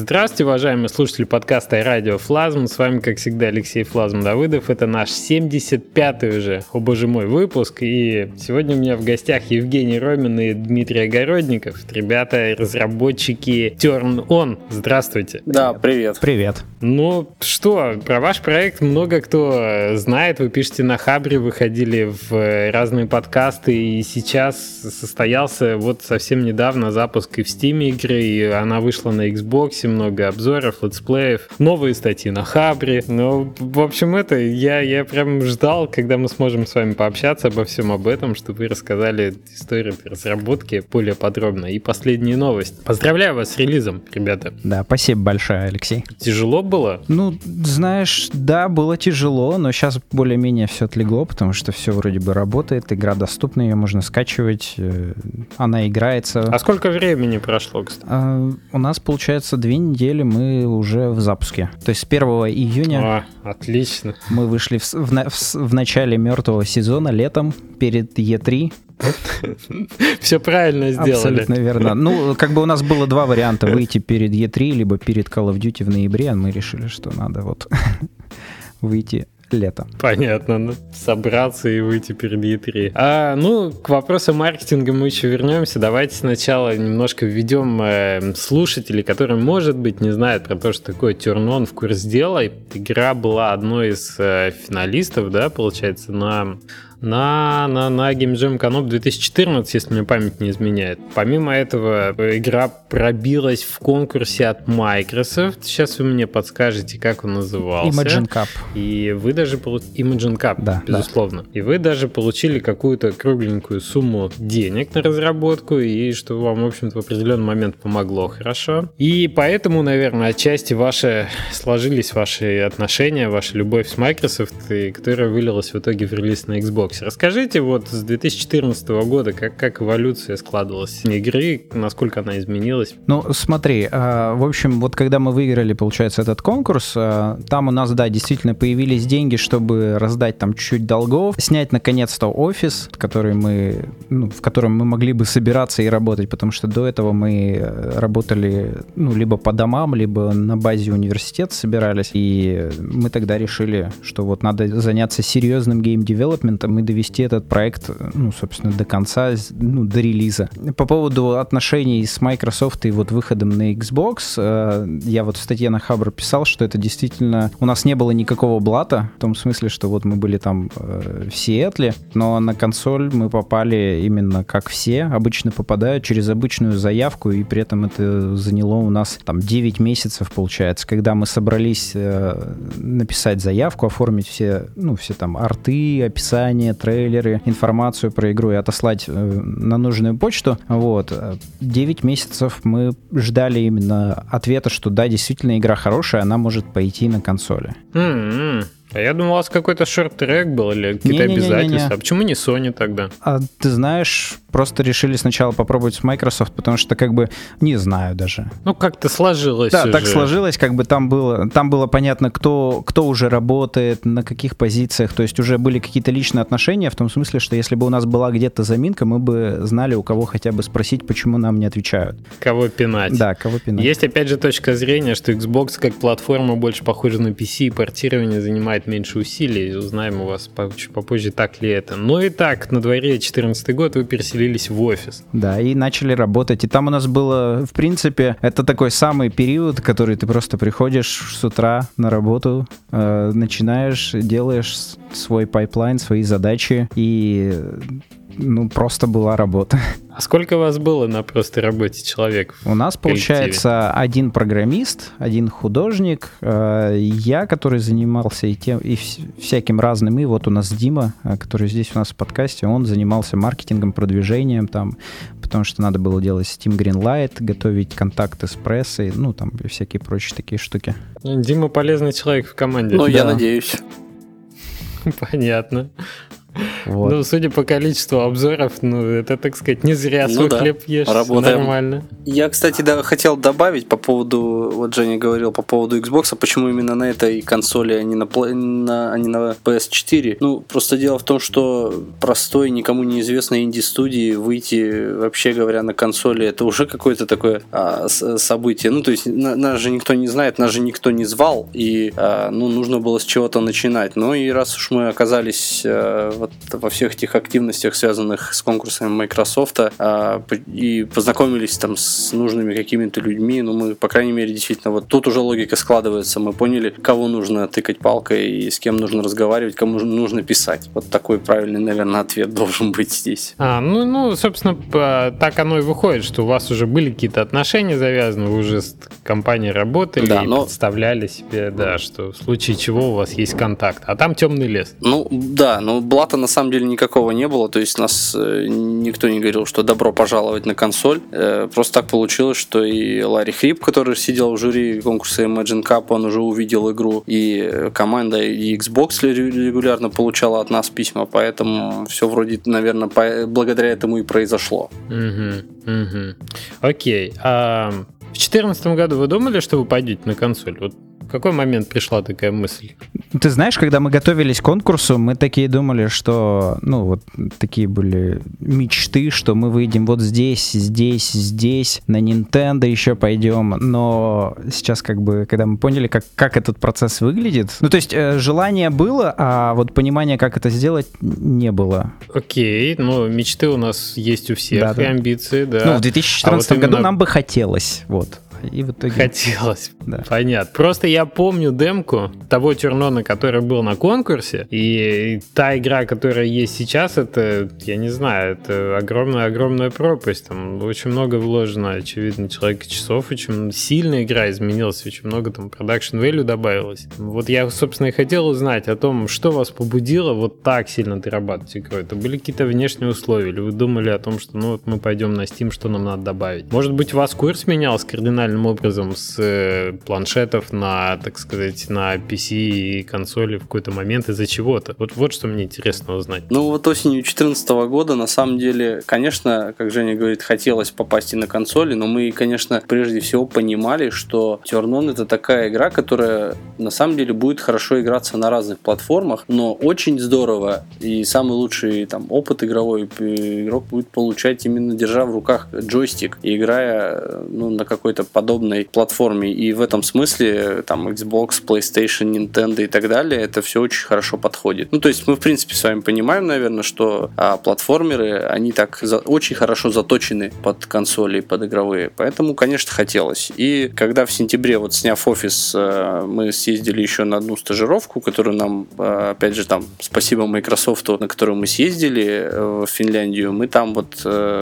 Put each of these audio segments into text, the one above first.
Здравствуйте, уважаемые слушатели подкаста и радио Флазм. С вами, как всегда, Алексей Флазм-Давыдов. Это наш 75-й уже, о боже мой, выпуск. И сегодня у меня в гостях Евгений Ромин и Дмитрий Огородников. Ребята, разработчики Turn On. Здравствуйте. Да, привет. Привет. Ну что, про ваш проект много кто знает. Вы пишете на Хабре, выходили в разные подкасты. И сейчас состоялся вот совсем недавно запуск и в Steam игры, и она вышла на Xbox, много обзоров, летсплеев, новые статьи на Хабре. Ну, в общем, я прям ждал, когда мы сможем с вами пообщаться обо всем об этом, чтобы вы рассказали историю разработки более подробно. И последние новости. Поздравляю вас с релизом, ребята. Да, спасибо большое, Алексей. Тяжело было? Ну, знаешь, да, было тяжело, но сейчас более-менее все отлегло, потому что все вроде бы работает, игра доступна, ее можно скачивать, она играется. А сколько времени прошло, кстати? У нас, получается, 2 недели мы уже в запуске. То есть с 1 июня отлично. Мы вышли в начале мертвого сезона, летом, перед E3. Все правильно сделали. Абсолютно верно. Ну, как бы у нас было 2 варианта: выйти перед E3, либо перед Call of Duty в ноябре, а мы решили, что надо вот выйти летом. Понятно, собраться и выйти перед E3. К вопросу маркетинга мы еще вернемся. Давайте сначала немножко введем слушателей, которые, может быть, не знают про то, что такое Turn On, в курс дела. Игра была одной из финалистов, да, получается, на Game Jam Canop 2014, если мне память не изменяет. Помимо этого, игра пробилась в конкурсе от Microsoft. Сейчас вы мне подскажете, как он назывался. Imagine Cup. И вы даже Imagine Cup, да, безусловно. Да. И вы даже получили какую-то кругленькую сумму денег на разработку, и что вам, в общем-то, в определенный момент помогло хорошо. И поэтому, наверное, отчасти сложились ваши отношения, ваша любовь с Microsoft, которая вылилась в итоге в релиз на Xbox. Расскажите вот с 2014 года, как эволюция складывалась игры, насколько она изменилась? Ну, смотри, в общем, вот когда мы выиграли, получается, этот конкурс, там у нас, да, действительно появились деньги, чтобы раздать там чуть-чуть долгов, снять, наконец-то, офис, в котором мы могли бы собираться и работать, потому что до этого мы работали, либо по домам, либо на базе университета собирались, и мы тогда решили, что вот надо заняться серьезным гейм-девелопментом и довести этот проект, собственно, до конца, до релиза. По поводу отношений с Microsoft и вот выходом на Xbox, я вот в статье на Хабр писал, что это действительно... У нас не было никакого блата, в том смысле, что вот мы были там в Сиэтле, но на консоль мы попали именно как все обычно попадают, через обычную заявку, и при этом это заняло у нас там 9 месяцев, получается, когда мы собрались написать заявку, оформить все там арты, описание, трейлеры, информацию про игру и отослать на нужную почту. Вот. 9 месяцев мы ждали именно ответа, что да, действительно игра хорошая, она может пойти на консоли. А я думал, у вас какой-то шорт-трек был или какие-то обязательства. А почему не Sony тогда? Ты знаешь, просто решили сначала попробовать с Microsoft, потому что не знаю даже. Как-то сложилось. Да, уже. Так сложилось, там было понятно, кто уже работает, на каких позициях, то есть уже были какие-то личные отношения, в том смысле, что если бы у нас была где-то заминка, мы бы знали, у кого хотя бы спросить, почему нам не отвечают. Кого пинать. Да, кого пинать. Есть, опять же, точка зрения, что Xbox как платформа больше похожа на PC, и портирование занимает меньше усилий. Узнаем у вас попозже, так ли это. Но и так, на дворе 2014 год вы переселились в офис. Да, и начали работать. И там у нас было, в принципе, это такой самый период, который ты просто приходишь с утра на работу, начинаешь, делаешь свой пайплайн, свои задачи, и просто была работа. А сколько у вас было на просто работе человек? У нас, получается, 1 программист, 1 художник, я, который занимался и всяким разным, и вот у нас Дима, который здесь у нас в подкасте, он занимался маркетингом, продвижением, потому что надо было делать Steam Greenlight, готовить контакты с прессой, там всякие прочие такие штуки. Дима полезный человек в команде. Я надеюсь. Понятно. Вот. Ну, судя по количеству обзоров, ну, это, так сказать, не зря свой хлеб ешь. Работаем. Нормально. Я, кстати, хотел добавить по поводу, вот Женя говорил по поводу Xbox, почему именно на этой консоли, а не на PS4. Ну, просто дело в том, что простой, никому неизвестной инди-студии выйти, вообще говоря, на консоли, это уже какое-то такое событие. Ну, то есть, нас же никто не знает, нас же никто не звал, и, ну, нужно было с чего-то начинать. Ну, и раз уж мы оказались вот во всех этих активностях, связанных с конкурсами Microsoft, и познакомились там с нужными какими-то людьми, ну, мы, по крайней мере, действительно, вот тут уже логика складывается, мы поняли, кого нужно тыкать палкой и с кем нужно разговаривать, кому нужно писать. Вот такой правильный, наверное, ответ должен быть здесь. Ну, собственно, так оно и выходит, что у вас уже были какие-то отношения завязаны, вы уже с компанией работали, да, и представляли себе, да, что в случае чего у вас есть контакт, а там темный лес. Ну, да, но блата на самом деле никакого не было, то есть нас никто не говорил, что добро пожаловать на консоль. Просто так получилось, что и Ларри Хрип, который сидел в жюри конкурса Imagine Cup, он уже увидел игру, и команда и Xbox регулярно получала от нас письма, поэтому все вроде, наверное, благодаря этому и произошло. Окей. А в 2014 году вы думали, что вы пойдете на консоль? Вот в какой момент пришла такая мысль? Ты знаешь, когда мы готовились к конкурсу, мы такие думали, что, ну, вот такие были мечты, что мы выйдем вот здесь, на Nintendo еще пойдем, но сейчас как бы, когда мы поняли, как этот процесс выглядит, ну, то есть желание было, а вот понимания, как это сделать, не было. Окей, ну, мечты у нас есть у всех, да, и амбиции, да. Ну, в 2014 году нам бы хотелось, вот. И в итоге... Хотелось, да. Понятно. Просто я помню демку того Тернона, который был на конкурсе, и та игра, которая есть сейчас, это, я не знаю, это огромная пропасть. Там очень много вложено, очевидно, человека часов, очень сильная игра изменилась, очень много там продакшн value добавилось. Вот я, собственно, и хотел узнать о том, что вас побудило вот так сильно дорабатывать игру. Это были какие-то внешние условия, или вы думали о том, что ну вот мы пойдем на Steam, что нам надо добавить? Может быть, у вас курс менялся кардинально образом с планшетов на, так сказать, на PC и консоли в какой-то момент из-за чего-то. Вот что мне интересно узнать. Ну вот осенью 2014 года на самом деле, конечно, как Женя говорит, хотелось попасть и на консоли, но мы, конечно, прежде всего понимали, что Turn On — это такая игра, которая на самом деле будет хорошо играться на разных платформах, но очень здорово и самый лучший там опыт игровой игрок будет получать именно держа в руках джойстик и играя на какой-то подобной платформе. И в этом смысле там Xbox, PlayStation, Nintendo и так далее, это все очень хорошо подходит. Ну, то есть мы, в принципе, с вами понимаем, наверное, что платформеры, они так очень хорошо заточены под консоли, под игровые. Поэтому, конечно, хотелось. И когда в сентябре, вот сняв офис, мы съездили еще на одну стажировку, которую нам, опять же, там, спасибо Microsoft, на которую мы съездили в Финляндию, мы там вот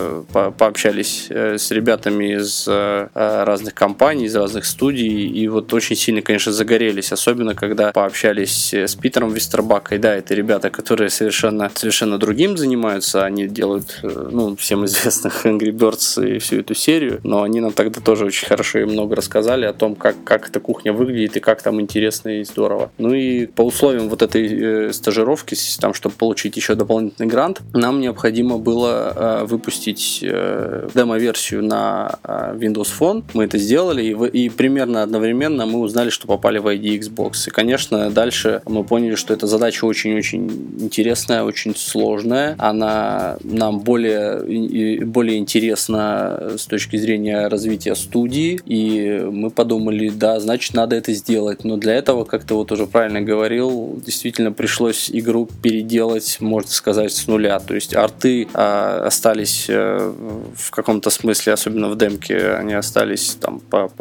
пообщались с ребятами из разных компаний, из разных студий, и вот очень сильно, конечно, загорелись, особенно когда пообщались с Питером Вестербакой. Да, это ребята, которые совершенно другим занимаются, они делают, всем известных Angry Birds и всю эту серию, но они нам тогда тоже очень хорошо и много рассказали о том, как эта кухня выглядит и как там интересно и здорово. Ну и по условиям вот этой стажировки, там, чтобы получить еще дополнительный грант, нам необходимо было выпустить демо-версию на Windows Phone. Мы это сделали, и примерно одновременно мы узнали, что попали в ID Xbox. И, конечно, дальше мы поняли, что эта задача очень-очень интересная, очень сложная. Она нам более интересна с точки зрения развития студии. И мы подумали, да, значит, надо это сделать. Но для этого, как ты вот уже правильно говорил, действительно пришлось игру переделать, можно сказать, с нуля. То есть арты остались в каком-то смысле, особенно в демке, они остались там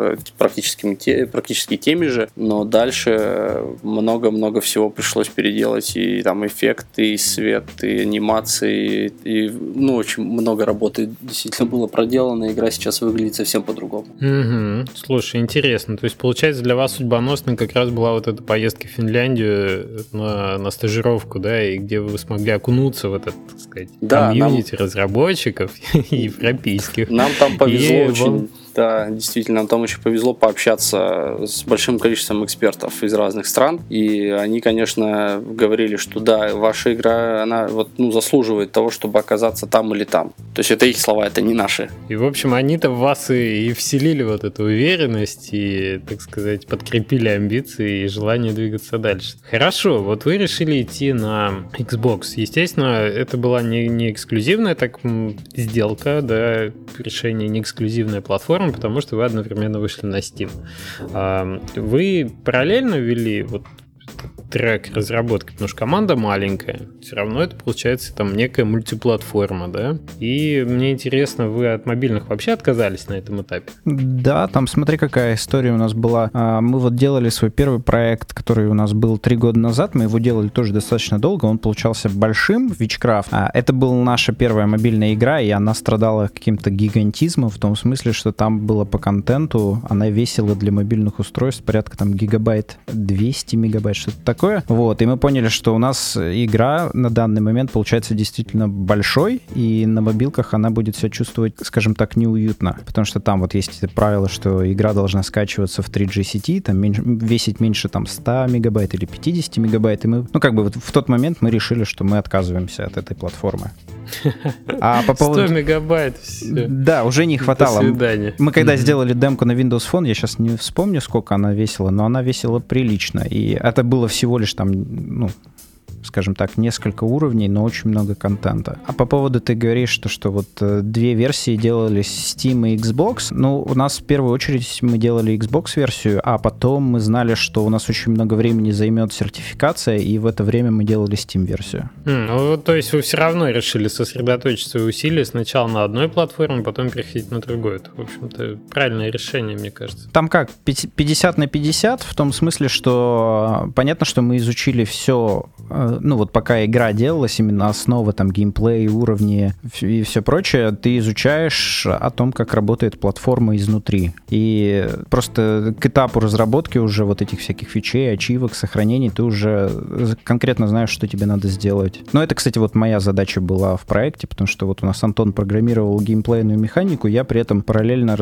практически теми же, но дальше много-много всего пришлось переделать, и там эффекты, и свет, и анимации, и очень много работы действительно было проделано, игра сейчас выглядит совсем по-другому. Угу. Слушай, интересно, то есть получается для вас судьбоносной как раз была вот эта поездка в Финляндию на стажировку, да, и где вы смогли окунуться в этот, так сказать, комьюнити разработчиков европейских. Нам там повезло очень. Да, действительно, нам там очень повезло пообщаться с большим количеством экспертов из разных стран, и они, конечно, говорили, что да, ваша игра, она вот, заслуживает того, чтобы оказаться там или там. То есть это их слова, это не наши. И, в общем, они-то в вас и вселили вот эту уверенность и, так сказать, подкрепили амбиции и желание двигаться дальше. Хорошо, вот вы решили идти на Xbox. Естественно, это была не эксклюзивная так сделка, да, решение, не эксклюзивная платформа, потому что вы одновременно вышли на Steam. Вы параллельно вели вот трек разработки, потому что команда маленькая, все равно это получается там некая мультиплатформа, да? И мне интересно, вы от мобильных вообще отказались на этом этапе? Да, там смотри, какая история у нас была. Мы вот делали свой первый проект, который у нас был 3 года назад, мы его делали тоже достаточно долго, он получался большим, Witchcraft. Это была наша первая мобильная игра, и она страдала каким-то гигантизмом, в том смысле, что там было по контенту, она весила для мобильных устройств порядка там гигабайт 200 мегабайт, что-то такое. Вот, и мы поняли, что у нас игра на данный момент получается действительно большой, и на мобилках она будет себя чувствовать, скажем так, неуютно, потому что там вот есть правило, что игра должна скачиваться в 3G сети, там весить меньше там 100 мегабайт или 50 мегабайт, и мы, вот в тот момент мы решили, что мы отказываемся от этой платформы. А по поводу... 100 мегабайт, все. Да, уже не хватало. До свидания. Мы когда сделали демку на Windows Phone, я сейчас не вспомню, сколько она весила, но она весила прилично. И это было всего лишь там, скажем так, несколько уровней, но очень много контента. А по поводу ты говоришь, что вот 2 версии делались Steam и Xbox. У нас в первую очередь мы делали Xbox-версию, а потом мы знали, что у нас очень много времени займет сертификация, и в это время мы делали Steam-версию. То есть вы все равно решили сосредоточить свои усилия сначала на одной платформе, потом переходить на другую. Это, в общем-то, правильное решение, мне кажется. Там как, 50 на 50, в том смысле, что понятно, что мы изучили все, пока игра делалась, именно основа, там, геймплей, уровни и все прочее, ты изучаешь о том, как работает платформа изнутри. И просто к этапу разработки уже вот этих всяких фичей, ачивок, сохранений, ты уже конкретно знаешь, что тебе надо сделать. Но это, кстати, вот моя задача была в проекте, потому что вот у нас Антон программировал геймплейную механику, я при этом параллельно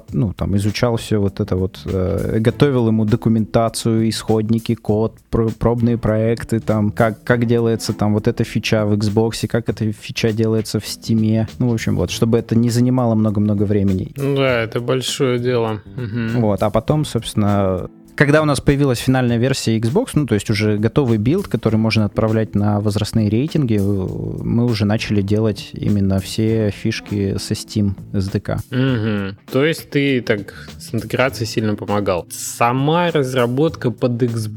изучал все вот это вот, готовил ему документацию, исходники, код, пробные проекты, там, как делается там вот эта фича в Xbox, как эта фича делается в Steam. В общем, вот, чтобы это не занимало много-много времени. Да, это большое дело. Угу. Вот, а потом, собственно... Когда у нас появилась финальная версия Xbox, то есть уже готовый билд, который можно отправлять на возрастные рейтинги, мы уже начали делать именно все фишки со Steam SDK. Угу. То есть ты так с интеграцией сильно помогал. Сама разработка под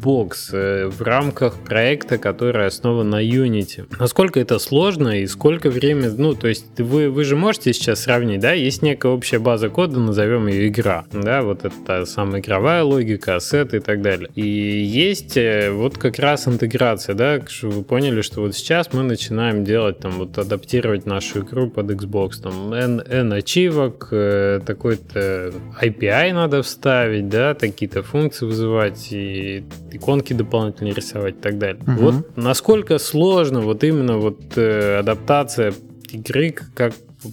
Xbox в рамках проекта, который основан на Unity. Насколько это сложно и сколько времени... то есть вы же можете сейчас сравнить, да? Есть некая общая база кода, назовем ее игра. Да, вот это та самая игровая логика, ассеты и так далее. И есть вот как раз интеграция, да, что вы поняли, что вот сейчас мы начинаем делать, там, вот адаптировать нашу игру под Xbox, там, N ачивок, такой-то API надо вставить, да, такие-то функции вызывать, и иконки дополнительно рисовать и так далее. Угу. Вот насколько сложно вот именно вот адаптация игры как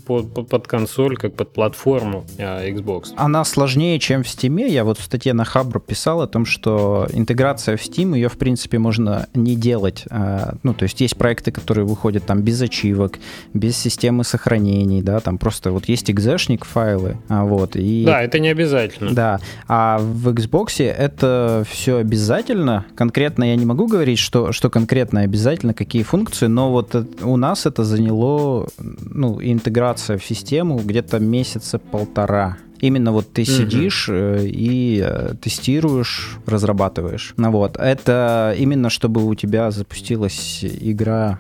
под консоль, как под платформу Xbox. Она сложнее, чем в Steam. Я вот в статье на Хабру писал о том, что интеграция в Steam, ее, в принципе, можно не делать. То есть есть проекты, которые выходят там без ачивок, без системы сохранений, да, там просто вот есть экзешник файлы, и... Да, это не обязательно. Да, а в Xbox это все обязательно. Конкретно я не могу говорить, что конкретно обязательно, какие функции, но вот у нас это заняло, интеграция в систему где-то месяца 1.5. Именно вот ты сидишь и тестируешь, разрабатываешь. Это именно чтобы у тебя запустилась игра,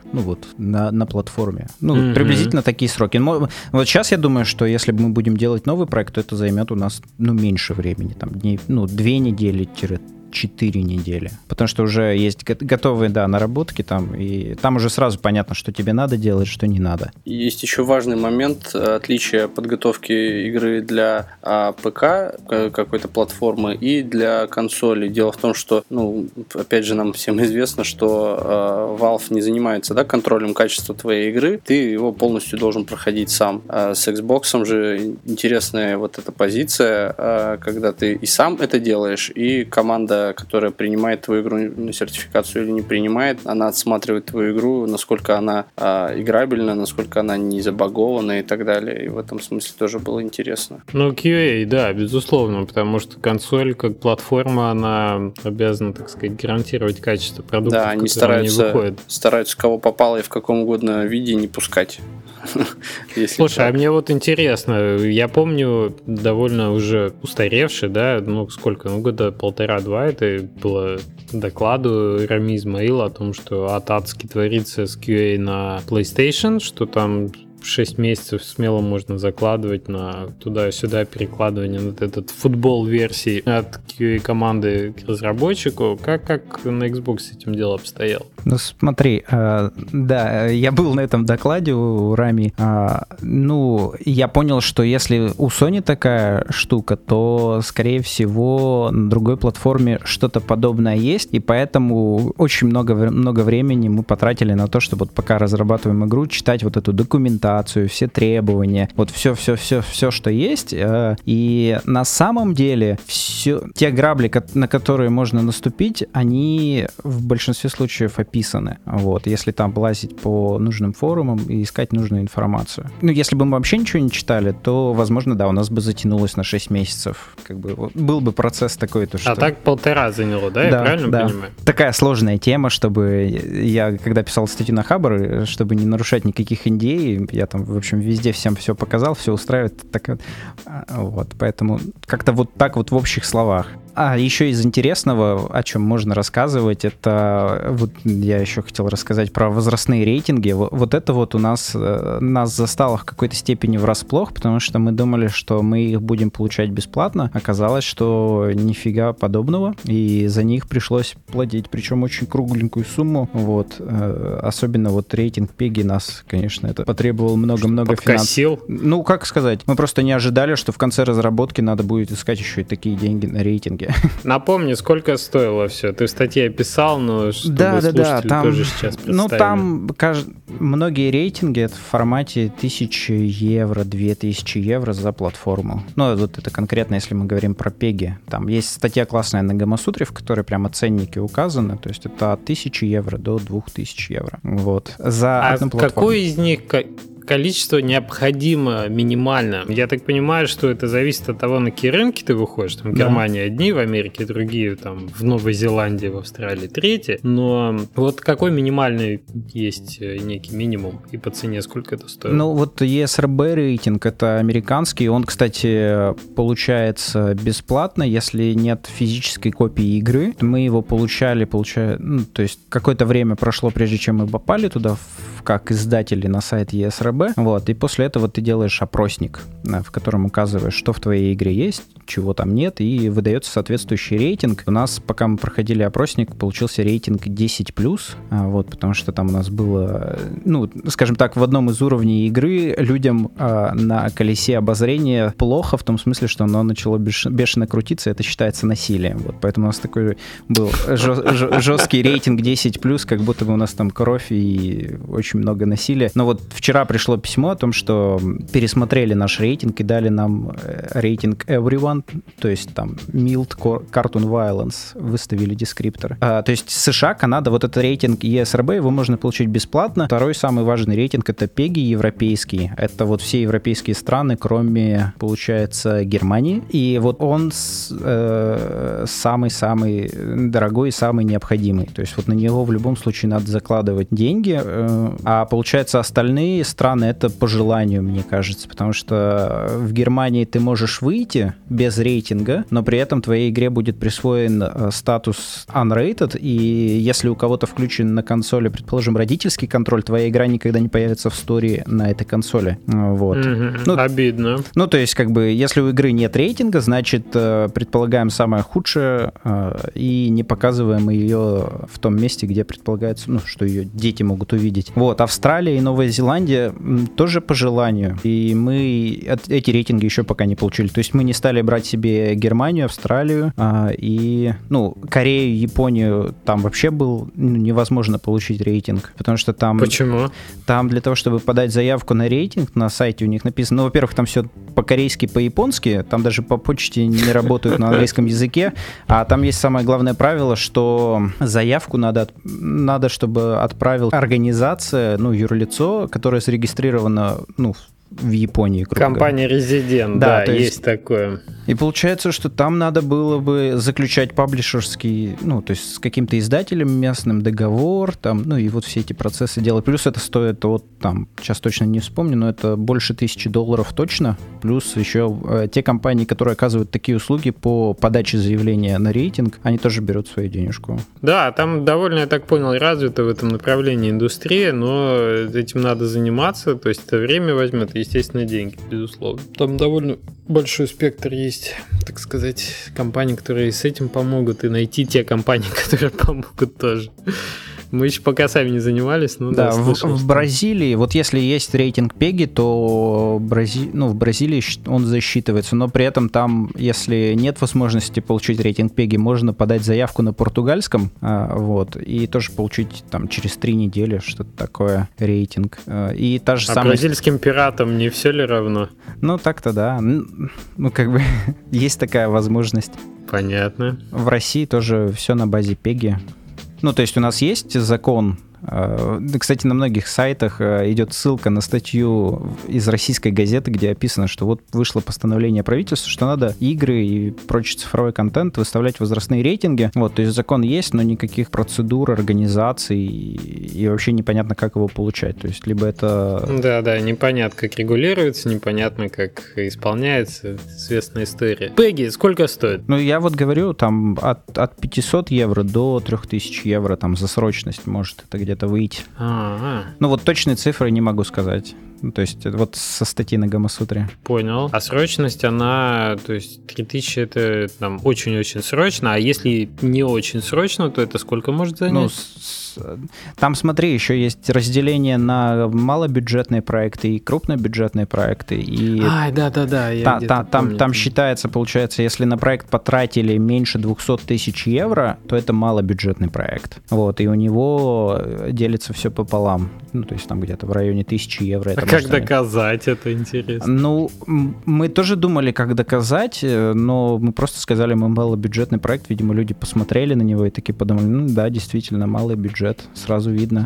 на платформе. Приблизительно такие сроки. Вот сейчас я думаю, что если мы будем делать новый проект, то это займет у нас, меньше времени. Там дней, 2 недели 4 недели. Потому что уже есть готовые, да, наработки там, и там уже сразу понятно, что тебе надо делать, что не надо. Есть еще важный момент, отличие подготовки игры для ПК, какой-то платформы, и для консоли. Дело в том, что, опять же, нам всем известно, что Valve не занимается, да, контролем качества твоей игры, ты его полностью должен проходить сам. С Xbox же интересная вот эта позиция, когда ты и сам это делаешь, и команда, которая принимает твою игру на сертификацию или не принимает, она отсматривает твою игру, насколько она играбельна, насколько она не забагована и так далее. И в этом смысле тоже было интересно. QA, да, безусловно, потому что консоль как платформа, она обязана, так сказать, гарантировать качество продукта, да, они стараются кого попало и в каком угодно виде не пускать. Слушай, а мне вот интересно, я помню довольно уже устаревший, да, года 1,5-2 это было докладу Рами Измаила о том, что адски творится с QA на PlayStation, что там 6 месяцев смело можно закладывать на туда-сюда перекладывание на этот футбол версии от QA-команды к разработчику. Как на Xbox с этим дело обстояло? Ну смотри, да, я был на этом докладе у Рами. Я понял, что если у Sony такая штука, то, скорее всего, на другой платформе что-то подобное есть, и поэтому очень много времени мы потратили на то, чтобы пока разрабатываем игру, читать вот эту документацию, все требования, вот все, что есть. И на самом деле те грабли, на которые можно наступить, они в большинстве случаев описаны. Вот, если там лазить по нужным форумам и искать нужную информацию. Если бы мы вообще ничего не читали, то, возможно, да, у нас бы затянулось на 6 месяцев. Был бы процесс такой, то что... А так 1,5 заняло, да? Я правильно понимаю? Такая сложная тема, чтобы я, когда писал статью на Хабр, чтобы не нарушать никаких NDA, я там, в общем, везде всем все показал, все устраивает. Поэтому как-то вот так вот в общих словах. А еще из интересного, о чем можно рассказывать, это вот я еще хотел рассказать про возрастные рейтинги. Вот это вот у нас застало в какой-то степени врасплох, потому что мы думали, что мы их будем получать бесплатно. Оказалось, что нифига подобного, и за них пришлось платить, причем очень кругленькую сумму. Вот. Особенно вот рейтинг PEGI нас, конечно, это потребовал много-много финансов. Как сказать, мы просто не ожидали, что в конце разработки надо будет искать еще и такие деньги на рейтинге. Напомни, сколько стоило все? Ты в статье описал, но чтобы слушатели тоже сейчас представили. Там многие рейтинги это в формате 1000 евро, 2000 евро за платформу. Вот это конкретно, если мы говорим про PEGI. Там есть статья классная на Гамасутре, в которой прямо ценники указаны, то есть это от 1000 евро до 2000 евро. Вот. За одну платформу. Какой из них количество необходимо минимально? Я так понимаю, что это зависит от того, на какие рынки ты выходишь. Там в Германии одни, в Америке другие, там в Новой Зеландии, в Австралии третьи. Но вот какой минимальный есть некий минимум и по цене сколько это стоит? Вот ESRB рейтинг, это американский. Он, кстати, получается бесплатно, если нет физической копии игры. Мы его получали, то есть какое-то время прошло, прежде чем мы попали туда как издатели на сайт ESRB. Вот, и после этого ты делаешь опросник, в котором указываешь, что в твоей игре есть, чего там нет, и выдается соответствующий рейтинг. У нас, пока мы проходили опросник, получился рейтинг 10+, вот, потому что там у нас было, скажем так, в одном из уровней игры людям на колесе обозрения плохо, в том смысле, что оно начало бешено крутиться, это считается насилием. Вот, поэтому у нас такой был жесткий рейтинг 10+, как будто бы у нас там кровь и очень много насилия. Но вот вчера пришло письмо о том, что пересмотрели наш рейтинг и дали нам рейтинг Everyone, то есть там Mild Cartoon Violence, выставили дескриптор. То есть США, Канада, вот этот рейтинг ESRB, его можно получить бесплатно. Второй самый важный рейтинг — это PEGI европейский. Это вот все европейские страны, кроме, получается, Германии. И вот он самый-самый дорогой и самый необходимый. То есть вот на него в любом случае надо закладывать деньги. А получается, остальные страны — это по желанию, мне кажется, потому что в Германии ты можешь выйти без без рейтинга, но при этом твоей игре будет присвоен статус unrated, и если у кого-то включен на консоли, предположим, родительский контроль, твоя игра никогда не появится в истории на этой консоли. Вот. Обидно. Ну, то есть, как бы, если у игры нет рейтинга, значит, предполагаем самое худшее и не показываем ее в том месте, где предполагается, ну, что ее дети могут увидеть. Вот. Австралия и Новая Зеландия тоже по желанию. И мы эти рейтинги еще пока не получили. То есть мы не стали брать себе Германию, Австралию и, ну, Корею, Японию. Там вообще был невозможно получить рейтинг, потому что там... Почему? Там для того, чтобы подать заявку на рейтинг, на сайте у них написано, ну, во-первых, там все по-корейски, по-японски, там даже по почте не работают на английском языке, а там есть самое главное правило, что заявку надо, чтобы отправил организация, ну, юрлицо, которое зарегистрировано, ну, в Японии, грубо говоря. Компания Резидент, да, есть такое. И получается, что там надо было бы заключать паблишерский, ну, то есть с каким-то издателем местным договор, там, ну, и вот все эти процессы делать. Плюс это стоит, вот там, сейчас точно не вспомню, но это больше $1000 точно. Плюс еще те компании, которые оказывают такие услуги по подаче заявления на рейтинг, они тоже берут свою денежку. Да, там довольно, я так понял, развита в этом направлении индустрия, но этим надо заниматься, то есть это время возьмет, естественно, деньги, безусловно. Там довольно большой спектр есть, так сказать, компаний, которые с этим помогут, и найти те компании, которые помогут тоже. Мы еще пока сами не занимались, но да, слышал, в Бразилии, вот если есть рейтинг PEGI, то в Бразилии он засчитывается, но при этом там, если нет возможности получить рейтинг PEGI, можно подать заявку на португальском, вот, и тоже получить там через 3 недели что-то такое рейтинг. И та же самая... бразильским пиратам не все ли равно? Ну, так-то да. Ну, как бы, есть такая возможность. Понятно. В России тоже все на базе PEGI. Ну, то есть у нас есть закон. Кстати, на многих сайтах идет ссылка на статью из российской газеты, где описано, что вот вышло постановление правительства, что надо игры и прочий цифровой контент выставлять в возрастные рейтинги. Вот, то есть закон есть, но никаких процедур, организаций и вообще непонятно, как его получать. То есть либо это... Да, непонятно, как регулируется, непонятно, как исполняется. Известная история. PEGI сколько стоит? Ну, я вот говорю, там от 500 евро до 3000 евро там за срочность может это где-то выйти. Ну вот точные цифры не могу сказать. Ну, то есть вот со статьи на Гамасутре. Понял. А срочность, она, то есть 3000 это там очень-очень срочно, а если не очень срочно, то это сколько может занять? Ну, там, смотри, еще есть разделение на малобюджетные проекты и крупнобюджетные проекты. И да. Там считается, получается, если на проект потратили меньше 200 тысяч евро, то это малобюджетный проект. Вот, и у него делится все пополам. Ну, то есть там где-то в районе 1000 евро. Это как доказать это, интересно? Ну, мы тоже думали, как доказать, но мы просто сказали, мы малобюджетный проект, видимо, люди посмотрели на него и такие подумали, ну да, действительно, малый бюджет, сразу видно.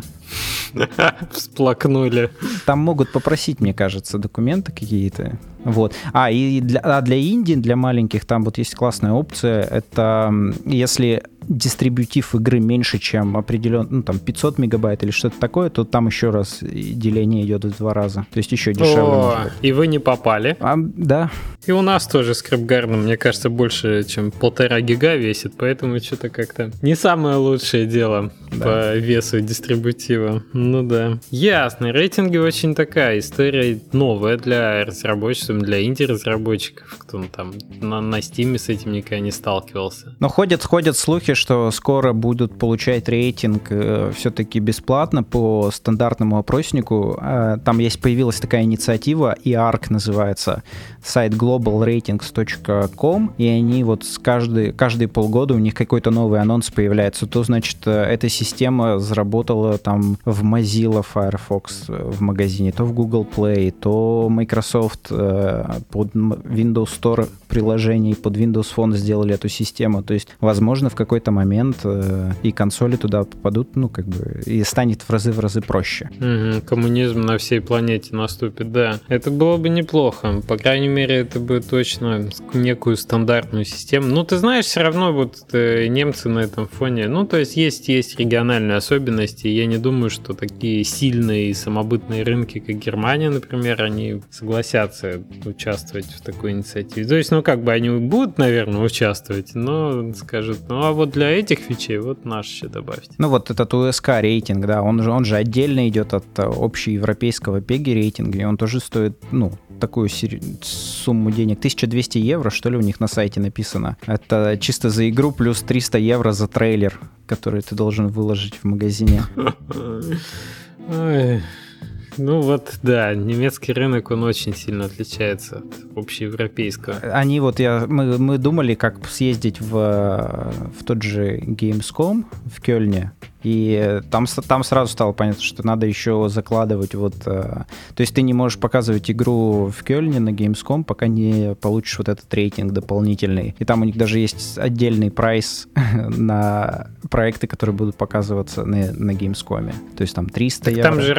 Всплакнули. Там могут попросить, мне кажется, документы какие-то. Вот. И для Индии, для маленьких, там вот есть классная опция, это если дистрибьютив игры меньше, чем определен, ну, там 500 мегабайт или что-то такое, то там еще раз деление идет в 2 раза. То есть еще дешевле. Может быть. И вы не попали? Да. И у нас тоже скрипгарн, мне кажется, больше, чем 1,5 гига весит, поэтому что-то как-то не самое лучшее дело по весу дистрибутива. Ну да. Ясно. Рейтинги очень такая история новая для разработчиков, для инди-разработчиков, кто там на Steam с этим никогда не сталкивался. Но ходят слухи, что скоро будут получать рейтинг все-таки бесплатно по стандартному опроснику. Там появилась такая инициатива, IARC называется, сайт globalratings.com, и они вот каждые полгода у них какой-то новый анонс появляется. То, значит, эта система заработала там в Mozilla Firefox в магазине, то в Google Play, то Microsoft под Windows Store приложений, под Windows Phone сделали эту систему. То есть, возможно, в какой-то какой-то момент и консоли туда попадут, и станет в разы проще. Коммунизм на всей планете наступит, да. Это было бы неплохо. По крайней мере, это бы точно некую стандартную систему. Ты знаешь, все равно немцы на этом фоне, то есть региональные особенности. Я не думаю, что такие сильные и самобытные рынки, как Германия, например, они согласятся участвовать в такой инициативе. То есть, они будут, наверное, участвовать, но скажут, а вот для этих фичей наш еще добавьте. Этот УСК рейтинг, да, он же отдельно идет от общеевропейского PEGI рейтинга, и он тоже стоит, такую сумму денег. 1200 евро, что ли, у них на сайте написано. Это чисто за игру плюс 300 евро за трейлер, который ты должен выложить в магазине. Да, немецкий рынок, он очень сильно отличается от общеевропейского. Мы думали, как съездить в тот же Gamescom в Кёльне, и там сразу стало понятно, что надо еще закладывать то есть ты не можешь показывать игру в Кёльне на Gamescom, пока не получишь этот рейтинг дополнительный. И там у них даже есть отдельный прайс на проекты, которые будут показываться на Gamescom. То есть там 300 евро. Там же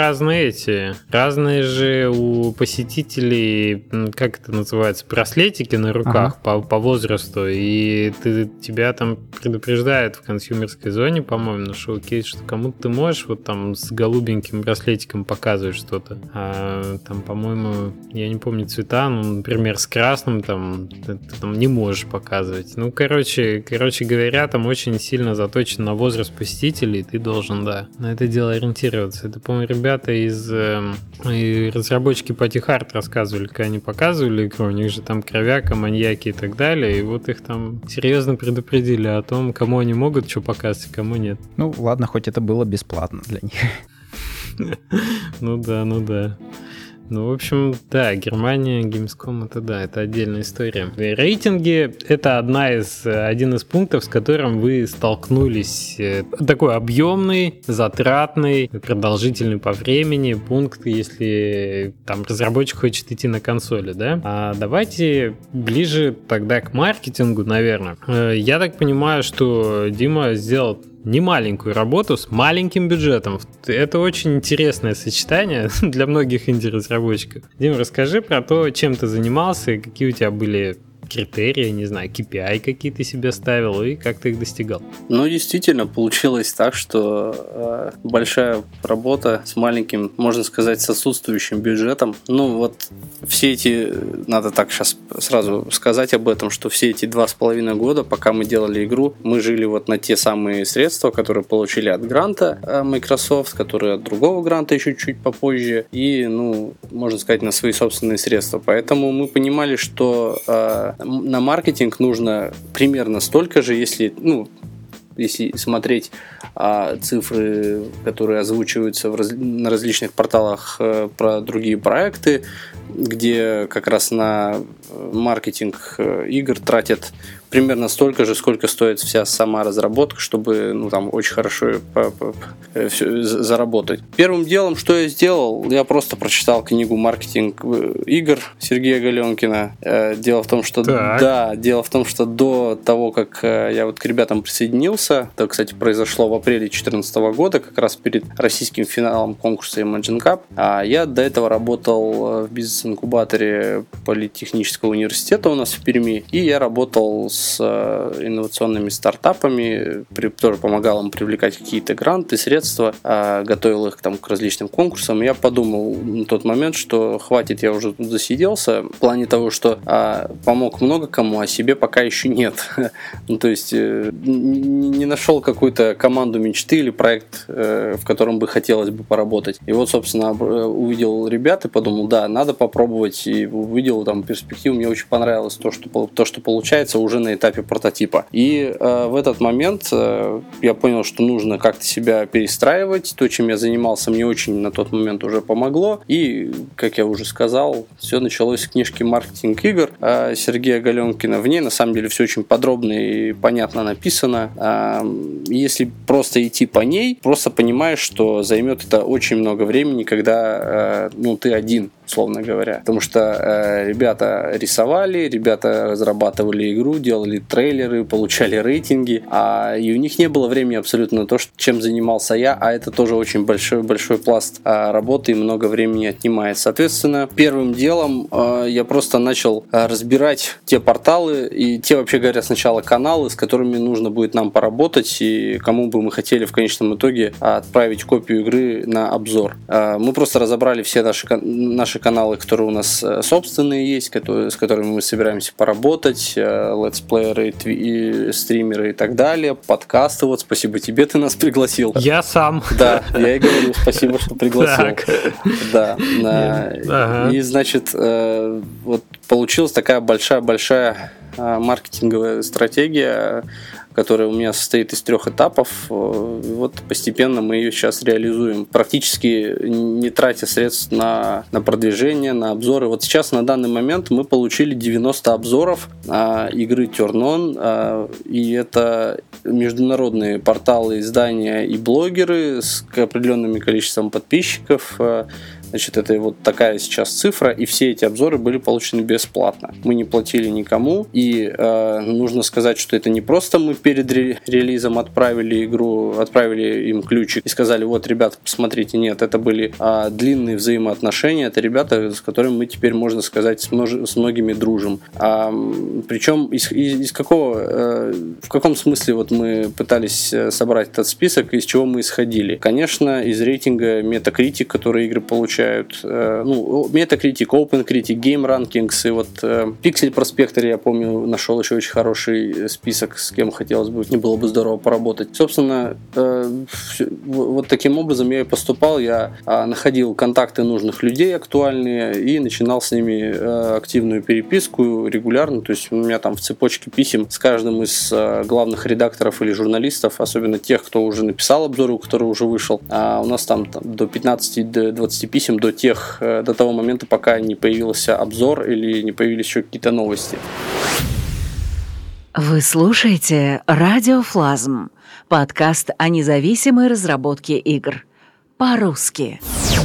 разные же у посетителей, как это называется, браслетики на руках по возрасту, и тебя там предупреждают в консюмерской зоне, по-моему, на шоу-кейс, что кому-то ты можешь с голубеньким браслетиком показывать что-то, а там, по-моему, я не помню цвета, например, с красным ты там не можешь показывать. Короче говоря, там очень сильно заточен на возраст посетителей, и ты должен, на это дело ориентироваться. Это, по-моему, ребята из разработчики Patihard рассказывали, когда они показывали игру, у них же там кровяка, маньяки и так далее, и их там серьезно предупредили о том, кому они могут что показывать, кому нет. Ладно, хоть это было бесплатно для них. Ну да. В общем, да, Германия, Gamescom, это отдельная история. Рейтинги — это один из пунктов, с которым вы столкнулись. Такой объемный, затратный, продолжительный по времени пункт, если там разработчик хочет идти на консоли, да? А давайте ближе тогда к маркетингу, наверное. Я так понимаю, что Дима сделал немаленькую работу с маленьким бюджетом. Это очень интересное сочетание для многих инди-разработчиков. Дим, расскажи про то, чем ты занимался и какие у тебя были критерии, не знаю, KPI какие ты себе ставил и как ты их достигал. Действительно, получилось так, что большая работа с маленьким, можно сказать, с отсутствующим бюджетом. Все эти, надо так сейчас сразу сказать об этом, что все эти 2,5 года, пока мы делали игру, мы жили на те самые средства, которые получили от гранта Microsoft, которые от другого гранта еще чуть попозже, и, можно сказать, на свои собственные средства. Поэтому мы понимали, что на маркетинг нужно примерно столько же, если смотреть цифры, которые озвучиваются на различных порталах про другие проекты, где как раз на маркетинг игр тратят примерно столько же, сколько стоит вся сама разработка, чтобы очень хорошо заработать. Первым делом, что я сделал, я просто прочитал книгу «Маркетинг игр» Сергея Галенкина. Дело в том, что до того, как я к ребятам присоединился, это, кстати, произошло в апреле 2014 года, как раз перед российским финалом конкурса Imagine Cup, я до этого работал в бизнес-инкубаторе Политехнического университета у нас в Перми, и я работал с инновационными стартапами, тоже помогал им привлекать какие-то гранты, средства, готовил их к различным конкурсам. Я подумал на тот момент, что хватит, я уже тут засиделся, в плане того, что помог много кому, а себе пока еще нет. То есть не нашел какую-то команду мечты или проект, в котором бы хотелось бы поработать. И собственно, увидел ребят и подумал, да, надо попробовать, и увидел перспективу. Мне очень понравилось то, что получается уже на этапе прототипа. И в этот момент я понял, что нужно как-то себя перестраивать. То, чем я занимался, мне очень на тот момент уже помогло. И, как я уже сказал, все началось с книжки «Маркетинг игр» Сергея Галенкина. В ней, на самом деле, все очень подробно и понятно написано. Если просто идти по ней, просто понимаешь, что займет это очень много времени, когда ты один. условно говоря. Потому что ребята рисовали, ребята разрабатывали игру, делали трейлеры, получали рейтинги, и у них не было времени абсолютно на то, чем занимался я, а это тоже очень большой пласт работы и много времени отнимает. Соответственно, первым делом я просто начал разбирать те порталы и те, вообще говоря, сначала каналы, с которыми нужно будет нам поработать и кому бы мы хотели в конечном итоге отправить копию игры на обзор. Мы просто разобрали все наши каналы, которые у нас собственные есть, с которыми мы собираемся поработать, летсплееры, стримеры и так далее, подкасты. Вот, спасибо тебе, ты нас пригласил. Я сам. Да, я и говорю, спасибо, что пригласил. Да. И, значит, вот получилась такая большая маркетинговая стратегия, которая у меня состоит из 3 этапов. Вот постепенно мы ее сейчас реализуем, практически не тратя средств на продвижение, на обзоры. Вот сейчас на данный момент мы получили 90 обзоров игры Turn On, и это международные порталы, издания и блогеры с определенным количеством подписчиков. Значит, это вот такая сейчас цифра, и все эти обзоры были получены бесплатно. Мы не платили никому, и нужно сказать, что это не просто мы перед релизом отправили игру, отправили им ключик и сказали, вот, ребята, посмотрите, нет, это были длинные взаимоотношения, это ребята, с которыми мы теперь, можно сказать, с многими дружим. Причем в каком смысле вот мы пытались собрать этот список, из чего мы исходили? Конечно, из рейтинга Metacritic, который игры получают. Metacritic, OpenCritic, Game Rankings, и вот Pixel Prospector, я помню, нашел еще очень хороший список, с кем хотелось бы, не было бы здорово поработать. Собственно, вот таким образом я и поступал. Я находил контакты нужных людей актуальные и начинал с ними активную переписку регулярно. То есть у меня там в цепочке писем с каждым из главных редакторов или журналистов, особенно тех, кто уже написал обзор, у которого уже вышел. У нас там до 15-20 писем до того момента, пока не появился обзор или не появились еще какие-то новости. Вы слушаете «Радиофлазм» — подкаст о независимой разработке игр. По-русски.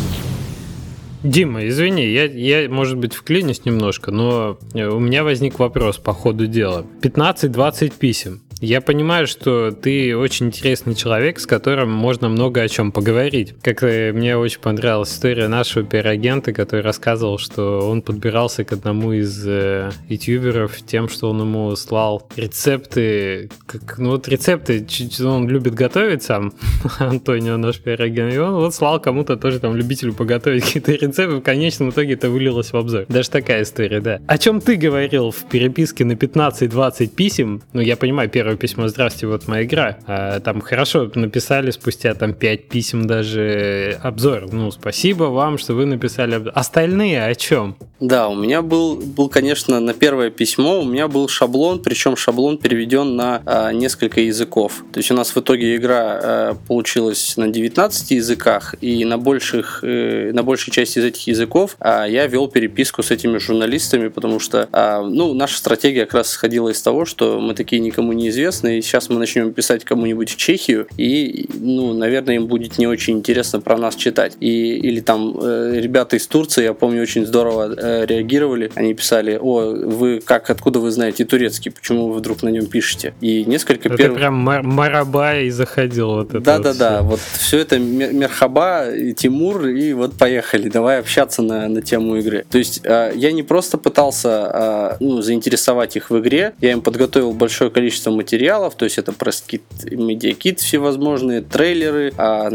Дима, извини, я, может быть, вклинюсь немножко, но у меня возник вопрос по ходу дела. 15-20 писем. Я понимаю, что ты очень интересный человек, с которым можно много о чем поговорить. Как-то мне очень понравилась история нашего пиар-агента, который рассказывал, что он подбирался к одному из ютуберов тем, что он ему слал рецепты. Рецепты, он любит готовить сам, Антонио, наш пиар-агент, и он вот слал кому-то тоже там любителю поготовить какие-то рецепты, в конечном итоге это вылилось в обзор. Даже такая история, да. О чем ты говорил в переписке на 15-20 писем? Я понимаю, первое письмо «Здравствуйте, вот моя игра». Там хорошо написали спустя там 5 писем даже обзор. Спасибо вам, что вы написали обзор. Остальные о чем? Да, у меня был, конечно, на первое письмо у меня был шаблон, причем шаблон переведен на несколько языков. То есть у нас в итоге игра получилась на 19 языках, и на большей части из этих языков я вел переписку с этими журналистами, потому что наша стратегия как раз исходила из того, что мы такие никому не известны, и сейчас мы начнем писать кому-нибудь в Чехию, и, наверное, им будет не очень интересно про нас читать. Или там ребята из Турции, я помню, очень здорово реагировали. Они писали: вы откуда вы знаете турецкий, почему вы вдруг на нем пишете? И несколько первых... прям Мараба и заходил вот это. Да, вот все это Мерхаба и Тимур, и вот поехали, давай общаться на тему игры. То есть я не просто пытался заинтересовать их в игре, я им подготовил большое количество материалов, то есть это пресс-кит, медиакит всевозможные, трейлеры,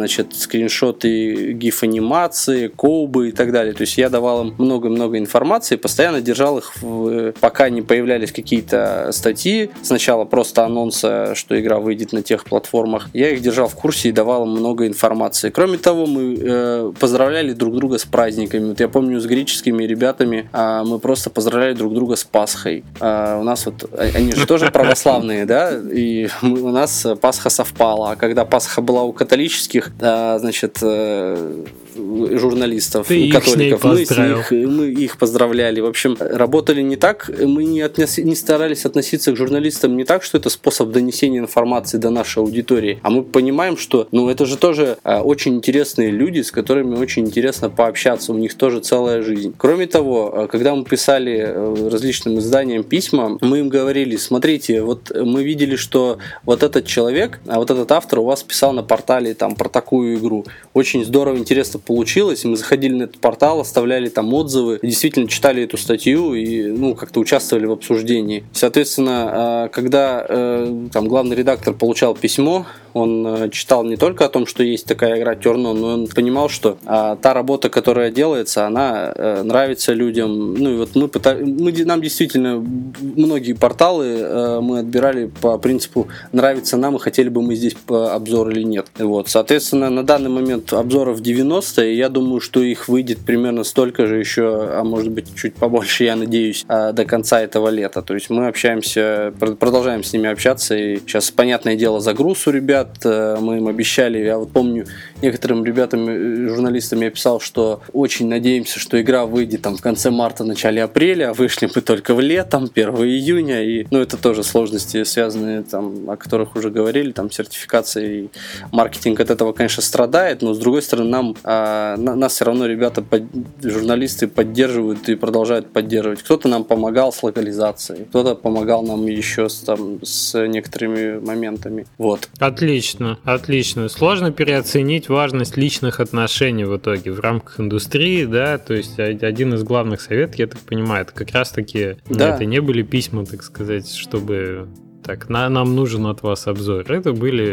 скриншоты, гиф-анимации, коубы и так далее. То есть я давал им много-много информации, постоянно держал их, пока не появлялись какие-то статьи, сначала просто анонса, что игра выйдет на тех платформах, я их держал в курсе и давал им много информации. Кроме того, мы поздравляли друг друга с праздниками. Вот я помню, с греческими ребятами мы просто поздравляли друг друга с Пасхой. У нас они же тоже православные, да, и у нас Пасха совпала, а когда Пасха была у католических, журналистов, Ты католиков. Мы их поздравляли. В общем, работали не так, мы не старались относиться к журналистам не так, что это способ донесения информации до нашей аудитории, а мы понимаем, что это же тоже очень интересные люди, с которыми очень интересно пообщаться, у них тоже целая жизнь. Кроме того, когда мы писали различным изданиям письма, мы им говорили: смотрите, вот мы видели, что вот этот человек, вот этот автор у вас писал на портале там про такую игру. Очень здорово, интересно получилось. Мы заходили на этот портал, оставляли там отзывы, действительно читали эту статью и как-то участвовали в обсуждении. Соответственно, когда там главный редактор получал письмо, он читал не только о том, что есть такая игра Turn On, но он понимал, что та работа, которая делается, она нравится людям. Ну и вот нам действительно многие порталы мы отбирали по принципу нравится нам и хотели бы мы здесь обзор или нет. Вот. Соответственно, на данный момент обзоров 90, и я думаю, что их выйдет примерно столько же еще, а может быть чуть побольше, я надеюсь, до конца этого лета. То есть мы общаемся, продолжаем с ними общаться, и сейчас, понятное дело, загруз у ребят, мы им обещали, я вот помню, некоторым ребятам, журналистам я писал, что очень надеемся, что игра выйдет там в конце марта, начале апреля, а вышли мы только в летом, 1 июня, и это тоже сложности, связанные там, о которых уже говорили, там сертификация и маркетинг от этого, конечно, страдает, но с другой стороны, нас все равно ребята, журналисты поддерживают и продолжают поддерживать. Кто-то нам помогал с локализацией, кто-то помогал нам еще с некоторыми моментами. Вот. Отлично. Сложно переоценить важность личных отношений в итоге в рамках индустрии, да, то есть один из главных советов, я так понимаю, это как раз-таки, это не были письма, так сказать, чтобы... Так, нам нужен от вас обзор. Это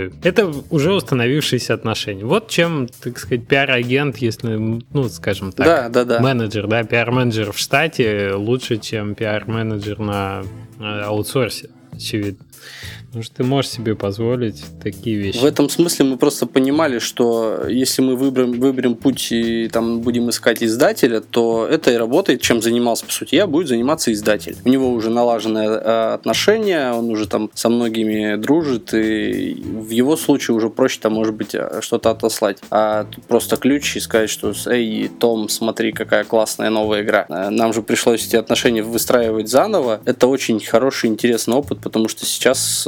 уже установившиеся отношения. Вот чем, так сказать, пиар-агент, если, скажем так, менеджер, да, пиар-менеджер в штате лучше, чем пиар-менеджер на аутсорсе, очевидно. Потому что ты можешь себе позволить такие вещи. В этом смысле мы просто понимали, что если мы выберем путь и там будем искать издателя, то это и работает, чем занимался, по сути, будет заниматься издатель. У него уже налаженные отношения, он уже там со многими дружит, и в его случае уже проще там, может быть, что-то отослать. А тут просто ключ и сказать, что эй, Том, смотри, какая классная новая игра. Нам же пришлось эти отношения выстраивать заново. Это очень хороший, интересный опыт, потому что сейчас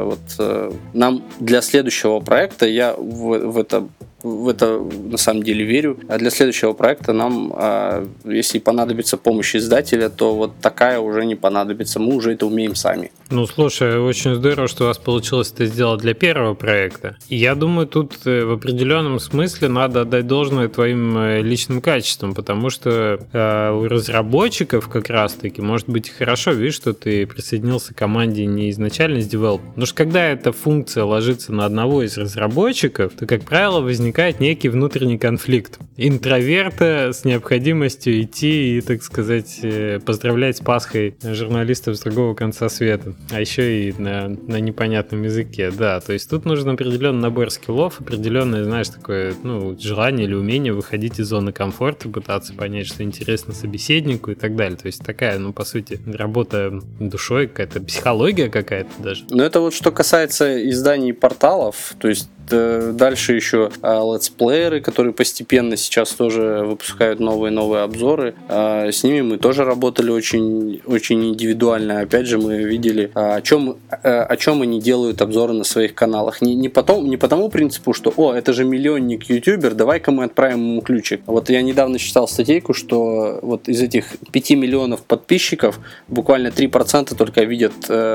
нам для следующего проекта, я в это на самом деле верю. А для следующего проекта нам, если понадобится помощь издателя, то вот такая уже не понадобится. Мы уже это умеем сами. Слушай, очень здорово, что у вас получилось это сделать для первого проекта. И я думаю, тут в определенном смысле надо отдать должное твоим личным качествам, потому что у разработчиков как раз-таки может быть хорошо, видишь, что ты присоединился к команде не изначально с девелопом. Потому что когда эта функция ложится на одного из разработчиков, то, как правило, возникает некий внутренний конфликт интроверта с необходимостью идти и, так сказать, поздравлять с Пасхой журналистов с другого конца света, а еще и на непонятном языке, да, то есть тут нужен определенный набор скиллов, определенное, знаешь, такое, желание или умение выходить из зоны комфорта, пытаться понять, что интересно собеседнику и так далее, то есть такая, по сути, работа душой, какая-то психология какая-то даже. Это вот что касается изданий порталов, то есть дальше еще летсплееры, которые постепенно сейчас тоже выпускают новые обзоры. С ними мы тоже работали очень, очень индивидуально. Опять же, мы видели, о чем они делают обзоры на своих каналах. Не по тому принципу, что это же миллионник ютубер, давай-ка мы отправим ему ключик. Вот я недавно читал статейку, что вот из этих 5 миллионов подписчиков буквально 3% только видят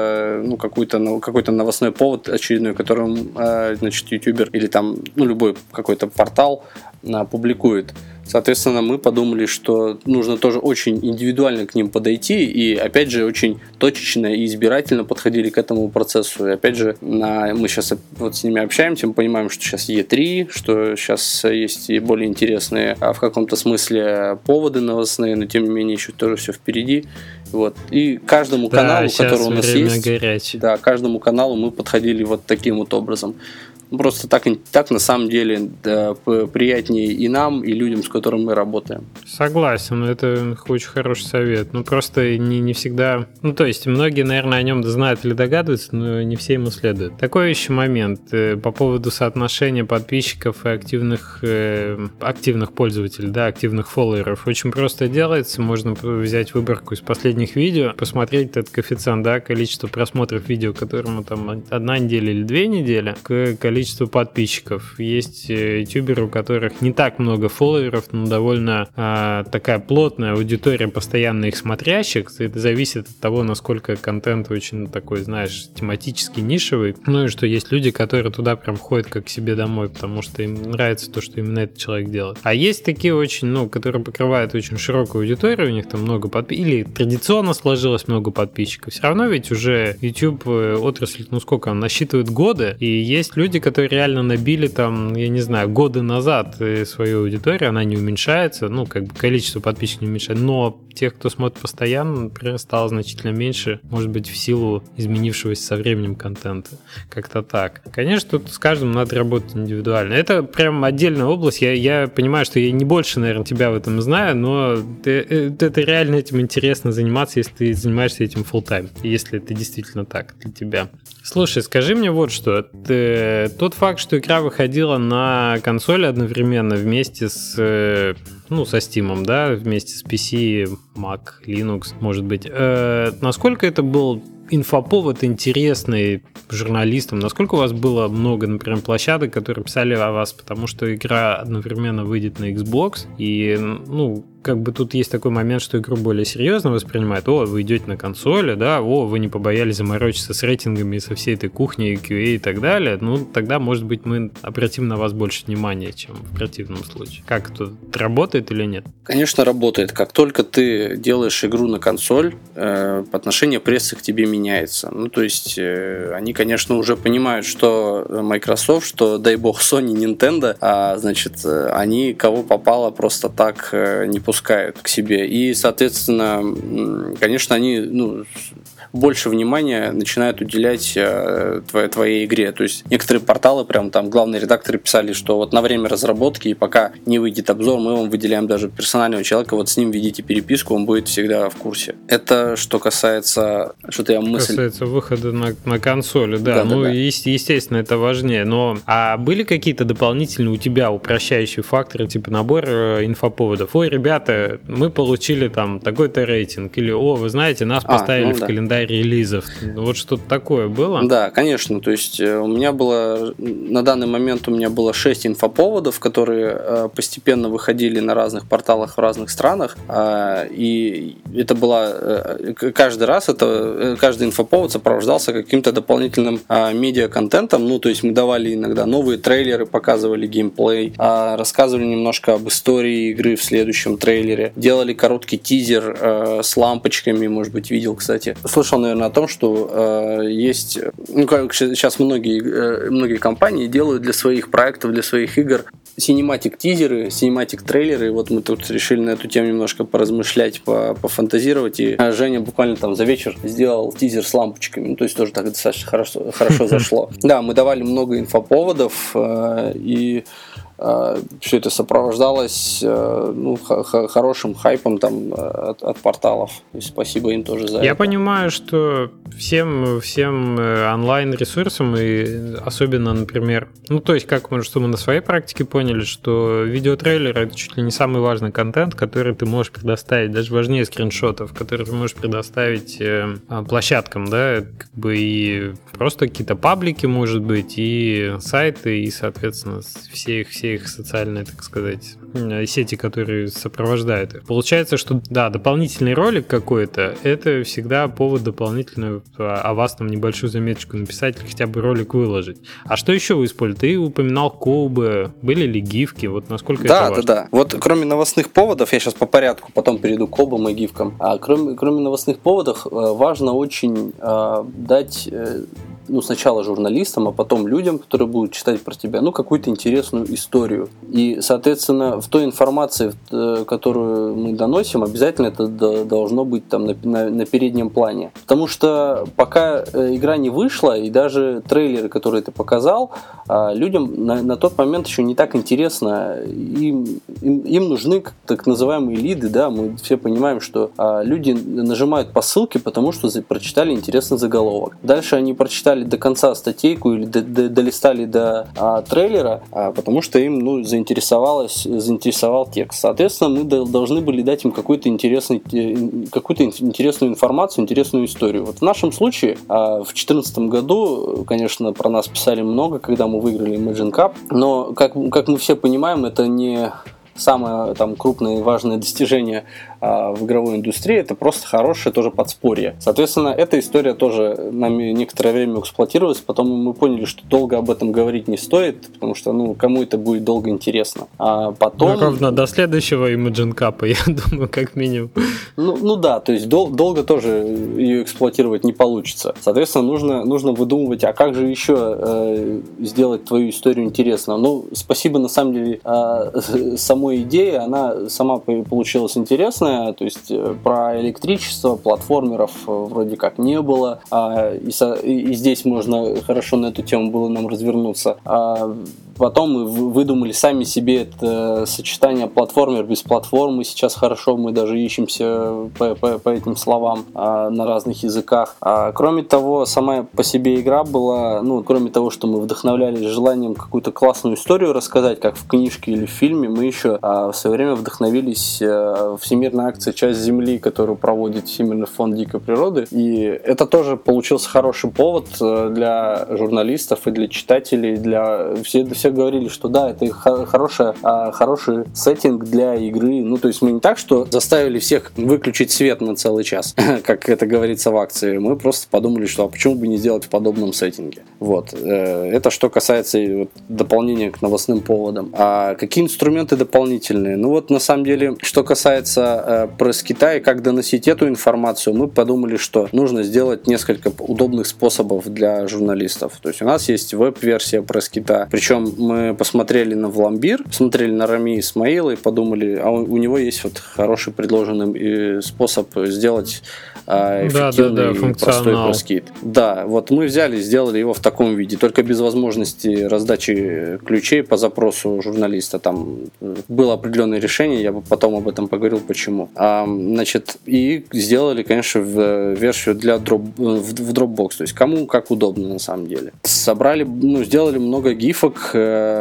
какой-то новостной повод очередной, которым, значит, ютубер или там любой какой-то портал публикует. Соответственно, мы подумали, что нужно тоже очень индивидуально к ним подойти и, опять же, очень точечно и избирательно подходили к этому процессу. И, опять же, мы сейчас вот с ними общаемся, мы понимаем, что сейчас E3, что сейчас есть и более интересные в каком-то смысле поводы новостные, но, тем не менее, еще тоже все впереди. Вот. И каждому каналу, который у нас есть, горячее. каждому каналу мы подходили вот таким вот образом. Просто так на самом деле приятнее и нам, и людям, с которыми мы работаем. Согласен, это очень хороший совет. Ну, просто не всегда... Ну, то есть, многие, наверное, о нем знают или догадываются, но не все ему следуют. Такой еще момент по поводу соотношения подписчиков и активных пользователей, да, активных фолловеров. Очень просто делается. Можно взять выборку из последних видео, посмотреть этот коэффициент, да, количество просмотров видео, которому там 1 неделя или 2 недели, к количеству подписчиков. Есть ютуберы, у которых не так много фолловеров, но довольно такая плотная аудитория постоянно их смотрящих. Это зависит от того, насколько контент очень такой, знаешь, тематически нишевый. Ну и что есть люди, которые туда прям ходят как к себе домой, потому что им нравится то, что именно этот человек делает. А есть такие очень, которые покрывают очень широкую аудиторию, у них там много подписчиков, или традиционно сложилось много подписчиков. Все равно ведь уже YouTube отрасль, сколько он насчитывает годы, и есть люди, которые реально набили там, я не знаю, годы назад свою аудиторию, она не уменьшается, количество подписчиков не уменьшается, но тех, кто смотрит постоянно, например, стало значительно меньше, может быть, в силу изменившегося со временем контента. Как-то так. Конечно, тут с каждым надо работать индивидуально. Это прям отдельная область. Я понимаю, что я не больше, наверное, тебя в этом знаю, но это реально этим интересно заниматься, если ты занимаешься этим full-time, если это действительно так для тебя. Слушай, скажи мне вот что. Тот факт, что игра выходила на консоли одновременно вместе со Steam, да, вместе с PC, Mac, Linux, может быть. Насколько это был инфоповод интересный журналистам? Насколько у вас было много, например, площадок, которые писали о вас, потому что игра одновременно выйдет на Xbox, и, тут есть такой момент, что игру более серьезно воспринимают. Вы идете на консоли, да, вы не побоялись заморочиться с рейтингами и со всей этой кухней, QA и так далее, тогда, может быть, мы обратим на вас больше внимания, чем в противном случае. Как это работает или нет? Конечно, работает. Как только ты делаешь игру на консоль, отношение прессы к тебе меняется. То есть, они, конечно, уже понимают, что Microsoft, что, дай бог, Sony, Nintendo, они кого попало просто так не пускают к себе. И, соответственно, конечно, они больше внимания начинают уделять твоей игре. То есть некоторые порталы, прям там главные редакторы писали, что вот на время разработки, и пока не выйдет обзор, мы вам выделяем даже персонального человека, вот с ним ведите переписку, он будет всегда в курсе. Это что касается... Касается выхода на консоли, да. Естественно, это важнее. Но были какие-то дополнительные у тебя упрощающие факторы, типа набор инфоповодов? Ребята, мы получили там такой-то рейтинг. Или, вы знаете, нас поставили в календарь релизов. Вот что-то такое было? Да, конечно. То есть у меня было... На данный момент у меня было 6 инфоповодов, которые постепенно выходили на разных порталах в разных странах. И это было... Каждый раз каждый инфоповод сопровождался каким-то дополнительным медиа-контентом. То есть мы давали иногда новые трейлеры, показывали геймплей, рассказывали немножко об истории игры в следующем трейлере, делали короткий тизер с лампочками, может быть, видел, кстати. Слышал, наверное, о том, что есть... как сейчас многие компании делают для своих проектов, для своих игр синематик-тизеры, синематик-трейлеры. Вот мы тут решили на эту тему немножко поразмышлять, пофантазировать. И Женя буквально там за вечер сделал тизер с лампочками. То есть тоже так достаточно хорошо зашло. Да, мы давали много инфоповодов, и все это сопровождалось хорошим хайпом там от порталов. И спасибо им тоже за это. Я понимаю, что всем онлайн-ресурсам, и особенно, например, что мы на своей практике поняли, что видеотрейлеры — это чуть ли не самый важный контент, который ты можешь предоставить, даже важнее скриншотов, который ты можешь предоставить площадкам, да, и просто какие-то паблики, может быть, и сайты, и, соответственно, все их социальные, так сказать, сети, которые сопровождают их. Получается, что, да, дополнительный ролик какой-то — это всегда повод дополнительную о вас там небольшую заметочку написать или хотя бы ролик выложить. А что еще вы используете? Ты упоминал колбы, были ли гифки? Вот насколько это важно? Да. Вот кроме новостных поводов, я сейчас по порядку, потом перейду к колбам и гифкам. Кроме новостных поводов, важно очень дать сначала журналистам, а потом людям, которые будут читать про тебя, какую-то интересную историю. И, соответственно, в той информации, которую мы доносим, обязательно это должно быть там на переднем плане. Потому что пока игра не вышла, и даже трейлеры, которые ты показал, людям на тот момент еще не так интересно. Им нужны так называемые лиды, да, мы все понимаем, что люди нажимают по ссылке, потому что прочитали интересный заголовок. Дальше они прочитали до конца статейку или долистали до трейлера, потому что им заинтересовал текст. Соответственно, мы должны были дать им какую-то интересную информацию, интересную историю. Вот в нашем случае в 2014 году, конечно, про нас писали много, когда мы выиграли Imagine Cup, но, как мы все понимаем, это не самое крупное и важное достижение в игровой индустрии, это просто хорошее тоже подспорье. Соответственно, эта история тоже нами некоторое время эксплуатировалась, потом мы поняли, что долго об этом говорить не стоит, потому что, кому это будет долго интересно. А потом... ровно до следующего Imagine Cup, я думаю, как минимум. Да, то есть долго тоже ее эксплуатировать не получится. Соответственно, нужно выдумывать, а как же еще сделать твою историю интересной. Спасибо, на самом деле, самой идее, она сама получилась интересная. То есть про электричество, платформеров вроде как не было, и здесь можно хорошо на эту тему было нам развернуться. Потом мы выдумали сами себе это сочетание платформер без платформы. Сейчас хорошо, мы даже ищемся по этим словам на разных языках. Кроме того, сама по себе игра была, кроме того, что мы вдохновлялись желанием какую-то классную историю рассказать, как в книжке или в фильме, мы еще в свое время вдохновились всемирной акцией «Часть Земли», которую проводит Всемирный фонд дикой природы. И это тоже получился хороший повод для журналистов и для читателей, для все говорили, что да, это хороший сеттинг для игры. То есть мы не так, что заставили всех выключить свет на целый час, как это говорится в акции. Мы просто подумали, что почему бы не сделать в подобном сеттинге. Вот. Это что касается дополнения к новостным поводам. А какие инструменты дополнительные? На самом деле, что касается пресс-кита и как доносить эту информацию, мы подумали, что нужно сделать несколько удобных способов для журналистов. То есть у нас есть веб-версия пресс-кита, причем мы посмотрели на Вламбир, посмотрели на Рами Исмаила и подумали, а у него есть хороший предложенный способ сделать эффективный и простой пресс-кит. Да, мы взяли, сделали его в таком виде, только без возможности раздачи ключей по запросу журналиста. Там было определенное решение, я бы потом об этом поговорил, почему. И сделали, конечно, версию в Dropbox, то есть кому как удобно на самом деле. Сделали много гифок,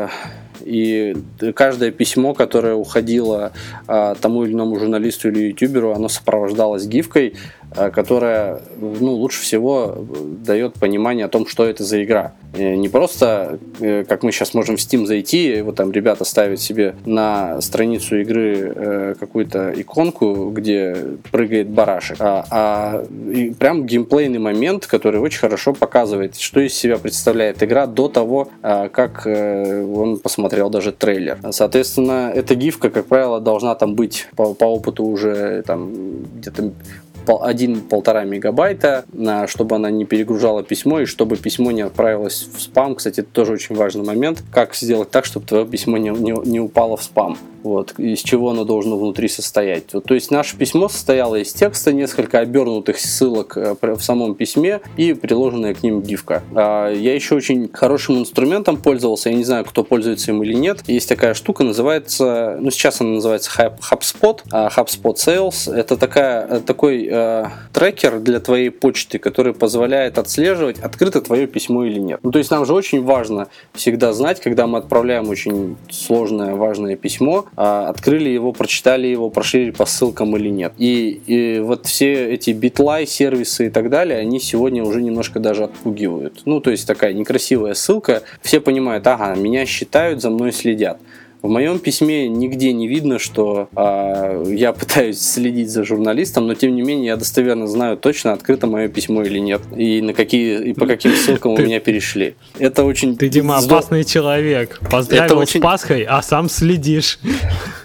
и каждое письмо, которое уходило тому или иному журналисту или ютуберу, оно сопровождалось гифкой, которая лучше всего дает понимание о том, что это за игра. Не просто, как мы сейчас можем в Steam зайти, там ребята ставят себе на страницу игры какую-то иконку, где прыгает барашек, и прям геймплейный момент, который очень хорошо показывает, что из себя представляет игра до того, как он посмотрел даже трейлер. Соответственно, эта гифка, как правило, должна там быть по опыту уже где-то 1-1,5 мегабайта, чтобы она не перегружала письмо и чтобы письмо не отправилось в спам. Кстати, это тоже очень важный момент. Как сделать так, чтобы твое письмо не упало в спам? Из чего оно должно внутри состоять. То есть наше письмо состояло из текста, несколько обернутых ссылок в самом письме и приложенная к ним гифка. Я еще очень хорошим инструментом пользовался, я не знаю, кто пользуется им или нет. Есть такая штука, называется, сейчас она называется HubSpot, HubSpot Sales. Это такой трекер для твоей почты, который позволяет отслеживать, открыто твое письмо или нет. То есть нам же очень важно всегда знать, когда мы отправляем очень сложное, важное письмо, открыли его, прочитали его, прошли по ссылкам или нет. И все эти битлай, сервисы и так далее, они сегодня уже немножко даже отпугивают. То есть такая некрасивая ссылка, все понимают, меня считают, за мной следят. В моем письме нигде не видно, что я пытаюсь следить за журналистом, но тем не менее я достоверно знаю точно, открыто мое письмо или нет, и по каким ссылкам у меня перешли. Это очень... Ты, Дима, опасный человек. Поздравил с Пасхой, а сам следишь.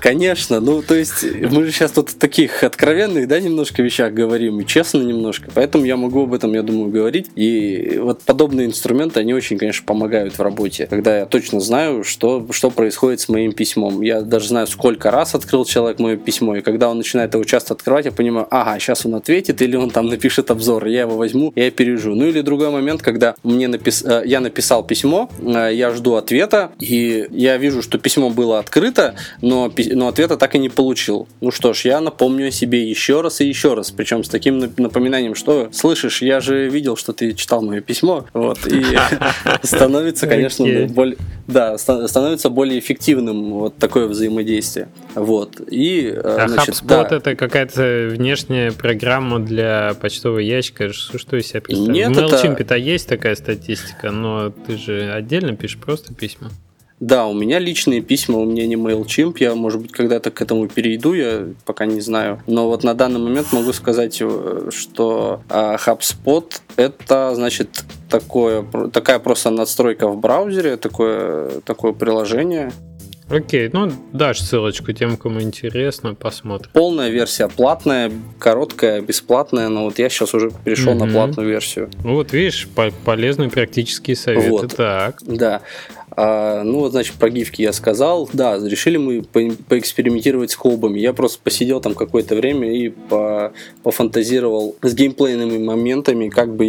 Конечно, ну, то есть, мы же сейчас тут о таких откровенных, да, немножко вещах говорим, и честно немножко, поэтому я могу об этом, я думаю, говорить, и вот подобные инструменты, они очень, конечно, помогают в работе, когда я точно знаю, что происходит с моим письмом, я даже знаю, сколько раз открыл человек мое письмо, и когда он начинает его часто открывать, я понимаю, ага, сейчас он ответит, или он там напишет обзор, я его возьму, я пережу. Ну, или другой момент, когда я написал письмо, я жду ответа, и я вижу, что письмо было открыто, но ответа так и не получил. Ну что ж, я напомню о себе еще раз и еще раз, причем с таким напоминанием, что, слышишь, я же видел, что ты читал мое письмо, вот, и становится, конечно, становится более эффективным вот такое взаимодействие. Вот. И, HubSpot это какая-то внешняя программа для почтового ящика, что из себя представляет? В MailChimp-то есть такая статистика, но ты же отдельно пишешь просто письма. Да, у меня личные письма, у меня не MailChimp, я, может быть, когда-то к этому перейду, я пока не знаю. Но вот на данный момент могу сказать, что HubSpot – это, значит, такая просто надстройка в браузере, такое приложение. Окей, ну дашь ссылочку тем, кому интересно, посмотрим. Полная версия платная, короткая, бесплатная, но вот я сейчас уже перешел на платную версию. Ну вот видишь, полезные практические советы. Вот. Так. Да. Ну вот, значит, про гифки я сказал. Да, решили мы поэкспериментировать с колбами. Я просто посидел там какое-то время и пофантазировал с геймплейными моментами,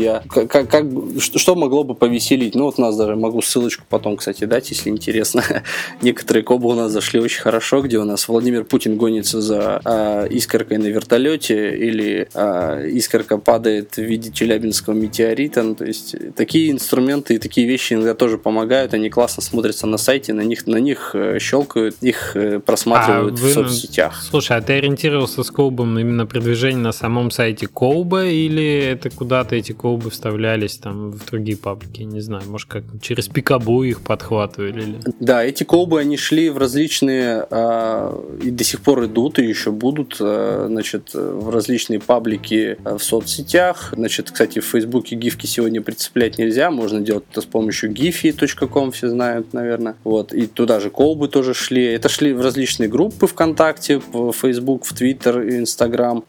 что могло бы повеселить. Ну вот нас даже могу ссылочку потом, кстати, дать, если интересно. Некоторые колбы у нас зашли очень хорошо, где у нас Владимир Путин гонится за искоркой на вертолете, или искорка падает в виде челябинского метеорита. Ну, то есть такие инструменты и такие вещи иногда тоже помогают, они классно смотрятся на сайте, на них щелкают, их просматривают в соцсетях. Слушай, а ты ориентировался с колбом именно при движении на самом сайте колба, или это куда-то эти колбы вставлялись там в другие паблики? Не знаю, может, как через Пикабу их подхватывали? Или... Да, эти колбы, они шли в различные, и до сих пор идут, и еще будут, значит, в различные паблики в соцсетях. Значит, кстати, в Фейсбуке гифки сегодня прицеплять нельзя, можно делать это с помощью giphy.com, все знают, наверное. Вот. И туда же колбы тоже шли. Это шли в различные группы ВКонтакте, в Facebook, в Twitter, Instagram,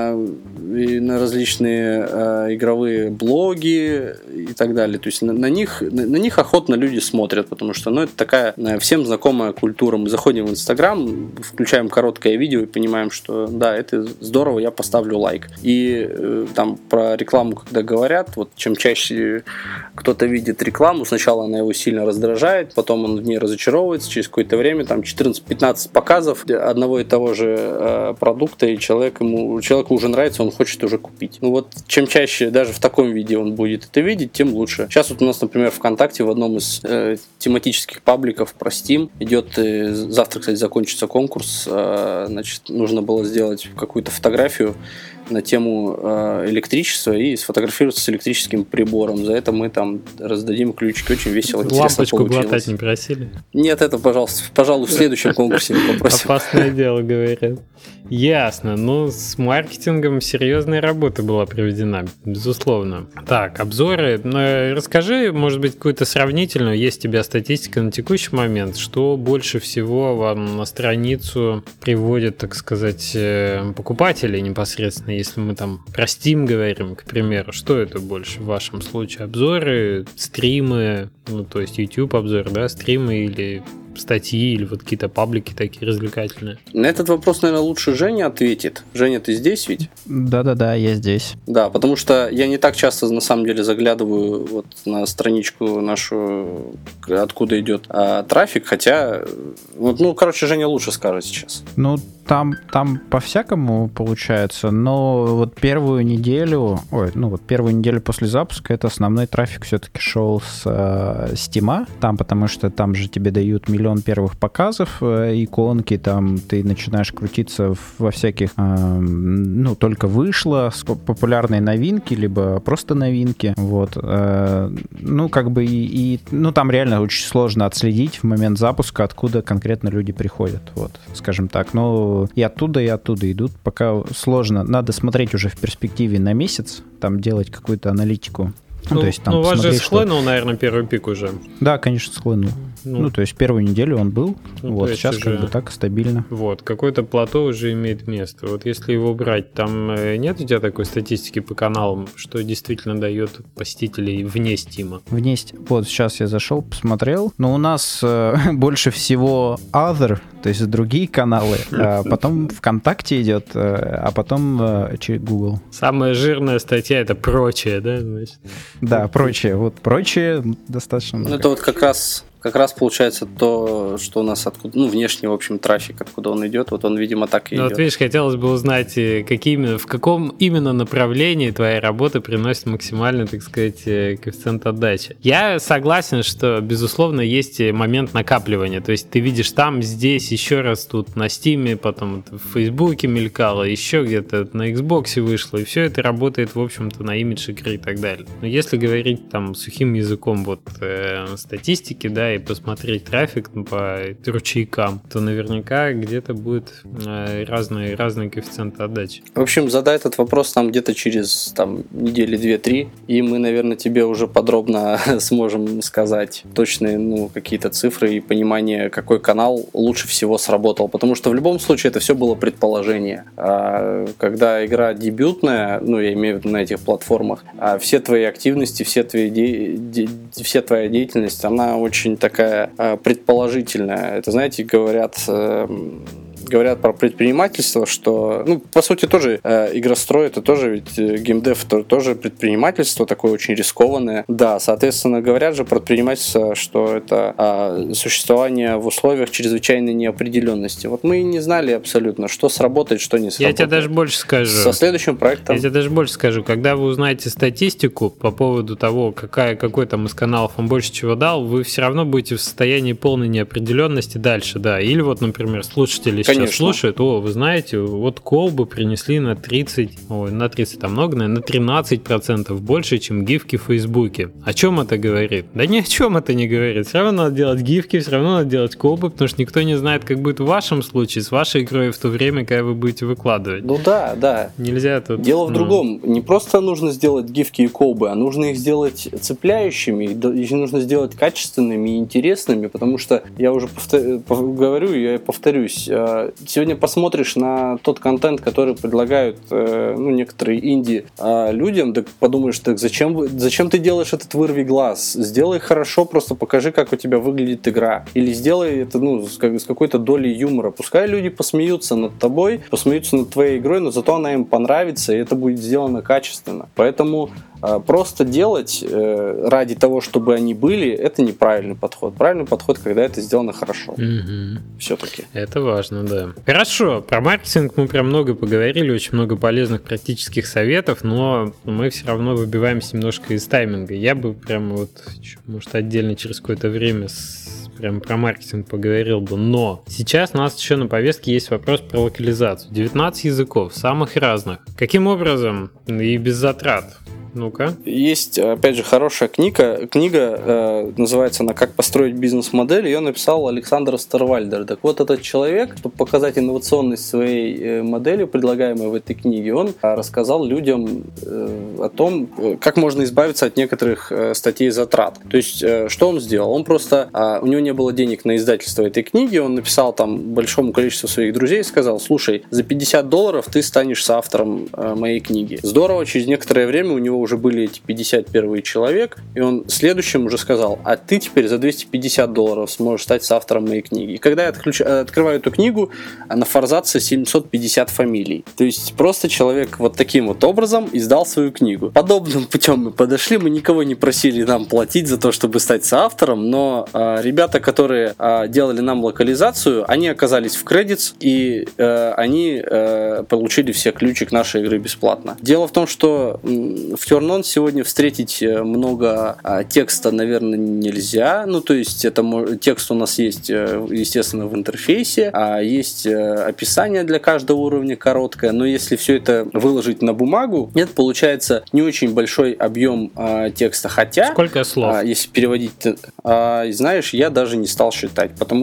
и на различные игровые блоги и так далее. То есть на них охотно люди смотрят, потому что это такая всем знакомая культура. Мы заходим в Instagram, включаем короткое видео и понимаем, что да, это здорово, я поставлю лайк. И там про рекламу, когда говорят, вот чем чаще кто-то видит рекламу, сначала она его сильно раздражает, потом он в ней разочаровывается, через какое-то время там 14-15 показов одного и того же продукта, и человеку уже нравится, он хочет уже купить. Ну вот чем чаще даже в таком виде он будет это видеть, тем лучше. Сейчас вот у нас, например, ВКонтакте в одном из тематических пабликов про Steam идет, завтра, кстати, закончится конкурс, значит, нужно было сделать какую-то фотографию на тему электричества и сфотографироваться с электрическим прибором. За это мы там раздадим ключики. Очень весело, интересно лампочку получилось. глотать не просили? Нет, это, пожалуй, в следующем конкурсе мы попросим. Опасное дело, говорят. Ясно. Ну, с маркетингом серьезная работа была проведена, безусловно. Так, обзоры. Расскажи, может быть, какую-то сравнительную. Есть у тебя статистика на текущий момент. Что больше всего вам на страницу приводит, так сказать, покупателей непосредственно, если мы там про Steam говорим, к примеру. Что это больше в вашем случае? Обзоры, стримы, то есть YouTube обзор, да, стримы или статьи, или вот какие-то паблики такие развлекательные? На этот вопрос, наверное, лучше Женя ответит. Женя, ты здесь ведь? Да, я здесь. Да, потому что я не так часто, на самом деле, заглядываю вот на страничку нашу, откуда идет трафик, хотя, Женя лучше скажет сейчас. Там по-всякому получается, но вот первую неделю после запуска это основной трафик все-таки шел с Steam, потому что там же тебе дают миллион первых показов, иконки, там ты начинаешь крутиться во всяких, только вышло, популярные новинки, либо просто новинки, вот, там реально очень сложно отследить в момент запуска, откуда конкретно люди приходят, вот, скажем так, и оттуда идут, пока сложно. Надо смотреть уже в перспективе на месяц, там делать какую-то аналитику. То есть, там у вас же схлынул, наверное, первый пик уже. Да, конечно, схлынул. Ну, то есть первую неделю он был, Ну, вот то есть сейчас уже- как бы так стабильно. Вот, какое-то плато уже имеет место. Вот если его брать, там нет у тебя такой статистики по каналам, что действительно дает посетителей вне Стима? Вот сейчас я зашел, посмотрел, но у нас больше всего Other, то есть другие каналы, потом ВКонтакте идет, а потом через Google. Самая жирная статья — это прочее, да? Значит? Да, прочее. Вот прочее достаточно Ну, много. это вот как раз получается то, что у нас откуда, внешний, в общем, трафик, откуда он идет, вот он, видимо, так и Ну, идет. вот видишь, хотелось бы узнать, в каком именно направлении твоя работа приносит максимальный, так сказать, коэффициент отдачи. Я согласен, что, безусловно, есть момент накапливания. То есть ты видишь там, здесь, еще раз тут на Стиме, потом в Фейсбуке мелькало, еще где-то на Xbox вышло, и все это работает, в общем-то, на имидж игры и так далее. Но если говорить там сухим языком статистики, да, и посмотреть трафик по ручейкам, то наверняка где-то будет разные коэффициенты отдачи. В общем, задай этот вопрос нам где-то через недели 2-3, и мы, наверное, тебе уже подробно сможем сказать точные какие-то цифры и понимание, какой канал лучше всего сработал. Потому что в любом случае это все было предположение. А когда игра дебютная, я имею в виду на этих платформах, все твои активности, вся твоя деятельность, она очень такая предположительная. Это, знаете, говорят про предпринимательство, что, по сути, тоже игрострой, это тоже ведь геймдев, это тоже предпринимательство такое очень рискованное. Да, соответственно, говорят же про предпринимательство, что это существование в условиях чрезвычайной неопределенности. Вот мы и не знали абсолютно, что сработает, что не сработает. Я тебе даже больше скажу. Со следующим проектом... Я тебе даже больше скажу. Когда вы узнаете статистику по поводу того, какой там из каналов он больше чего дал, вы все равно будете в состоянии полной неопределенности дальше, да. Или вот, например, слушатели сейчас слушают, вы знаете, вот колбы принесли на 30, там много, наверное, на 13% больше, чем гифки в Фейсбуке. О чем это говорит? Да ни о чем это не говорит. Все равно надо делать гифки, все равно надо делать колбы, потому что никто не знает, как будет в вашем случае, с вашей игрой в то время, когда вы будете выкладывать. Ну да. Нельзя тут... Дело в другом. Не просто нужно сделать гифки и колбы, а нужно их сделать цепляющими, их нужно сделать качественными и интересными, потому что я уже говорю, я повторюсь, сегодня посмотришь на тот контент, который предлагают некоторые инди людям, так подумаешь, так зачем ты делаешь этот вырви глаз? Сделай хорошо, просто покажи, как у тебя выглядит игра. Или сделай это с какой-то долей юмора. Пускай люди посмеются над тобой, посмеются над твоей игрой, но зато она им понравится, и это будет сделано качественно. Поэтому просто делать ради того, чтобы они были, это неправильный подход. Правильный подход, когда это сделано хорошо. Все-таки. Это важно, да. Хорошо, про маркетинг мы прям много поговорили, очень много полезных практических советов, но мы все равно выбиваемся немножко из тайминга. Я бы прям может, отдельно через какое-то время прям про маркетинг поговорил бы, но сейчас у нас еще на повестке есть вопрос про локализацию. 19 языков, самых разных. Каким образом и без затрат? Ну-ка. Есть, опять же, хорошая книга. Книга называется она «Как построить бизнес-модель». Ее написал Александр Старвальдер. Так вот, этот человек, чтобы показать инновационность своей модели, предлагаемой в этой книге, он рассказал людям о том, как можно избавиться от некоторых статей затрат. То есть, что он сделал? Он просто... У него не было денег на издательство этой книги, он написал там большому количеству своих друзей и сказал: слушай, за $50 ты станешь соавтором моей книги. Здорово, через некоторое время у него уже были эти 51 человек, и он следующим уже сказал: а ты теперь за $250 сможешь стать соавтором моей книги. И когда я открываю эту книгу, на форзаце 750 фамилий. То есть просто человек вот таким вот образом издал свою книгу. Подобным путем мы подошли, мы никого не просили нам платить за то, чтобы стать соавтором, но ребята, которые делали нам локализацию, они оказались в Credits, и они получили все ключи к нашей игре бесплатно. Дело в том, что в Turn-On сегодня встретить много текста, наверное, нельзя. То есть текст у нас есть, естественно, в интерфейсе, а есть описание для каждого уровня короткое, но если все это выложить на бумагу, это получается не очень большой объем текста. Хотя... Сколько слов? Если переводить... знаешь, я даже не стал считать, потому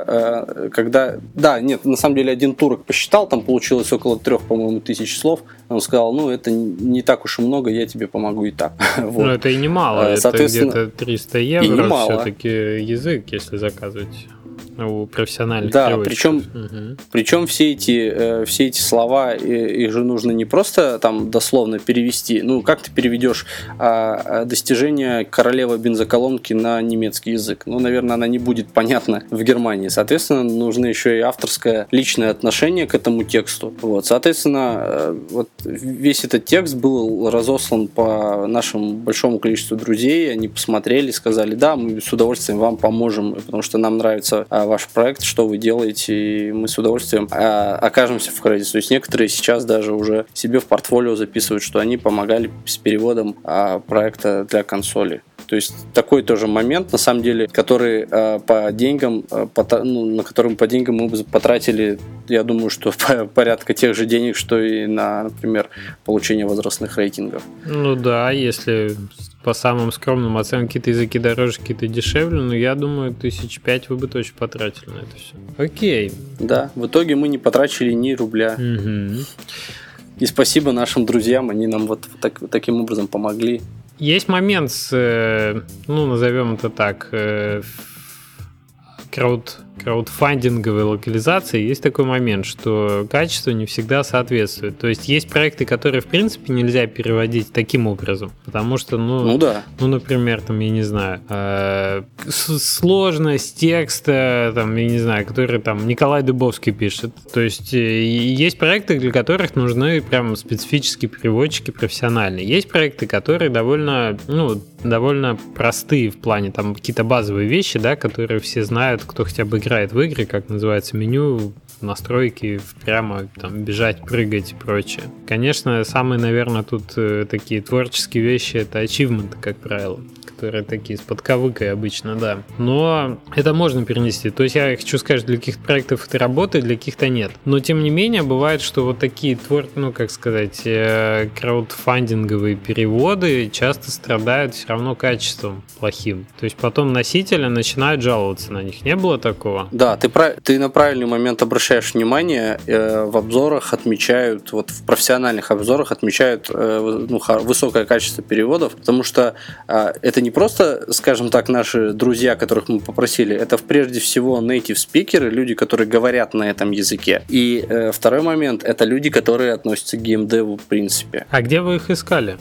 что когда... на самом деле один турок посчитал, там получилось около 3, по-моему, тысяч слов. Он сказал: это не так уж и много, я тебе помогу и так. Вот. Ну, это и немало, это где-то 300 евро все-таки язык, если заказывать у профессиональных переводчиков. Причем все эти слова, их же нужно не просто там дословно перевести. Ну, как ты переведешь достижение королевы бензоколонки на немецкий язык? Ну, наверное, она не будет понятна в Германии. Соответственно, нужно еще и авторское личное отношение к этому тексту. Вот. Соответственно, вот весь этот текст был разослан по нашему большому количеству друзей. Они посмотрели, сказали, да, мы с удовольствием вам поможем, потому что нам нравится ваш проект, что вы делаете, и мы с удовольствием окажемся в кредите. То есть некоторые сейчас даже уже себе в портфолио записывают, что они помогали с переводом проекта для консоли. То есть такой тоже момент, на самом деле, который по деньгам, на котором по деньгам мы бы потратили, я думаю, что порядка тех же денег, что и на, например, получение возрастных рейтингов. Ну да, если по самым скромным оценкам какие-то языки дороже, какие-то дешевле, но я думаю, 5,000 вы бы точно потратили на это все. Окей. Да, в итоге мы не потратили ни рубля. Угу. И спасибо нашим друзьям, они нам вот таким образом помогли. Есть момент с, назовем это так, краудфандинговой локализации. Есть такой момент, что качество не всегда соответствует. То есть есть проекты, которые в принципе нельзя переводить таким образом, потому что, например, там, я не знаю, сложность текста, там, я не знаю, который там Николай Дубовский пишет. То есть есть проекты, для которых нужны прям специфические переводчики профессиональные. Есть проекты, которые довольно простые в плане там какие-то базовые вещи, да, которые все знают, кто хотя бы играет в игры, как называется меню, настройки, прямо там бежать, прыгать и прочее. Конечно, самые, наверное, тут такие творческие вещи — это ачивменты, как правило, которые такие с подковыкой обычно, да. Но это можно перенести. То есть я хочу сказать, для каких-то проектов это работает, для каких-то нет. Но тем не менее, бывает, что вот такие краудфандинговые переводы часто страдают все равно качеством плохим. То есть потом носители начинают жаловаться на них. Не было такого? Да, ты на правильный момент обращаешь внимание. В обзорах отмечают, вот в профессиональных обзорах отмечают высокое качество переводов, потому что это не просто, скажем так, наши друзья, которых мы попросили, это прежде всего native speaker, люди, которые говорят на этом языке. И второй момент, это люди, которые относятся к геймдеву в принципе. А где вы их искали?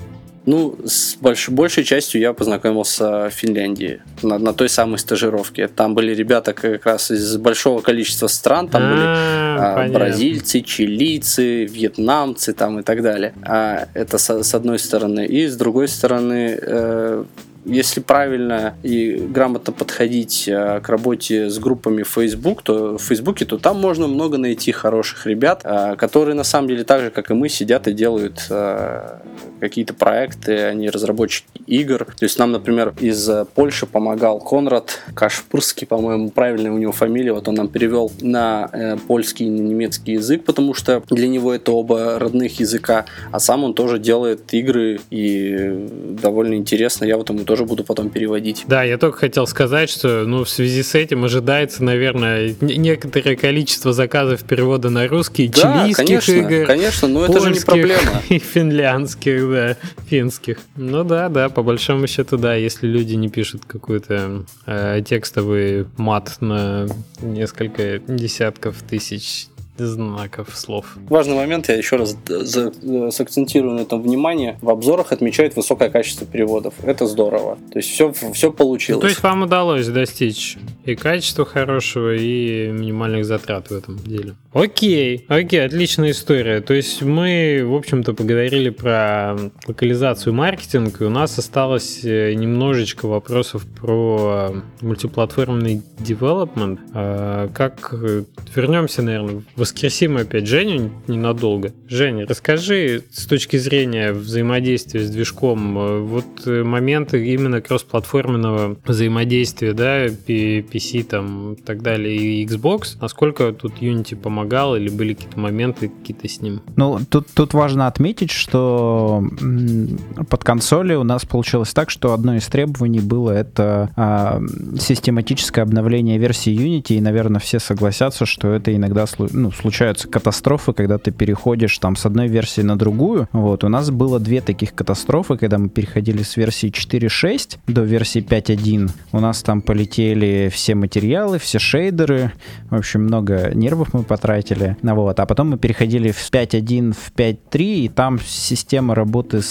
С большей частью я познакомился в Финляндии на той самой стажировке. Там были ребята как раз из большого количества стран. Там были бразильцы, чилийцы, вьетнамцы там, и так далее. Это с одной стороны. И с другой стороны, если правильно и грамотно подходить к работе с группами в Фейсбуке, то там можно много найти хороших ребят, которые на самом деле так же, как и мы, сидят и делают какие-то проекты, они разработчики игр. То есть нам, например, из Польши помогал Конрад Кашпурский, по-моему, правильная у него фамилия, вот он нам перевел на польский и на немецкий язык, потому что для него это оба родных языка, а сам он тоже делает игры и довольно интересно, я вот ему тоже буду потом переводить. Да, я только хотел сказать, что в связи с этим ожидается, наверное, некоторое количество заказов перевода на русский, чилийских игр, конечно, но это же не проблема. И финляндских, да, финских. Да, по большому счету, да, если люди не пишут какой-то текстовый мат на несколько десятков тысяч знаков, слов. Важный момент, я еще раз сакцентирую на этом внимание. В обзорах отмечают высокое качество переводов. Это здорово. То есть все получилось. То есть вам удалось достичь и качества хорошего, и минимальных затрат в этом деле. Окей, отличная история. То есть мы, в общем-то, поговорили про локализацию и маркетинг, и у нас осталось немножечко вопросов про мультиплатформенный девелопмент. Вернемся, наверное, воскресим опять Женю ненадолго. Женя, расскажи с точки зрения взаимодействия с движком, вот моменты именно кроссплатформенного взаимодействия, да, PC там и так далее, и Xbox, насколько тут Unity помогал, или были какие-то моменты какие-то с ним? Тут важно отметить, что под консоли у нас получилось так, что одно из требований было это систематическое обновление версии Unity, и, наверное, все согласятся, что это иногда случаются катастрофы, когда ты переходишь там с одной версии на другую. Вот, у нас было 2 таких катастрофы, когда мы переходили с версии 4.6 до версии 5.1. У нас там полетели все материалы, все шейдеры. В общем, много нервов мы потратили. Вот. А потом мы переходили в 5.1, в 5.3, и там система работы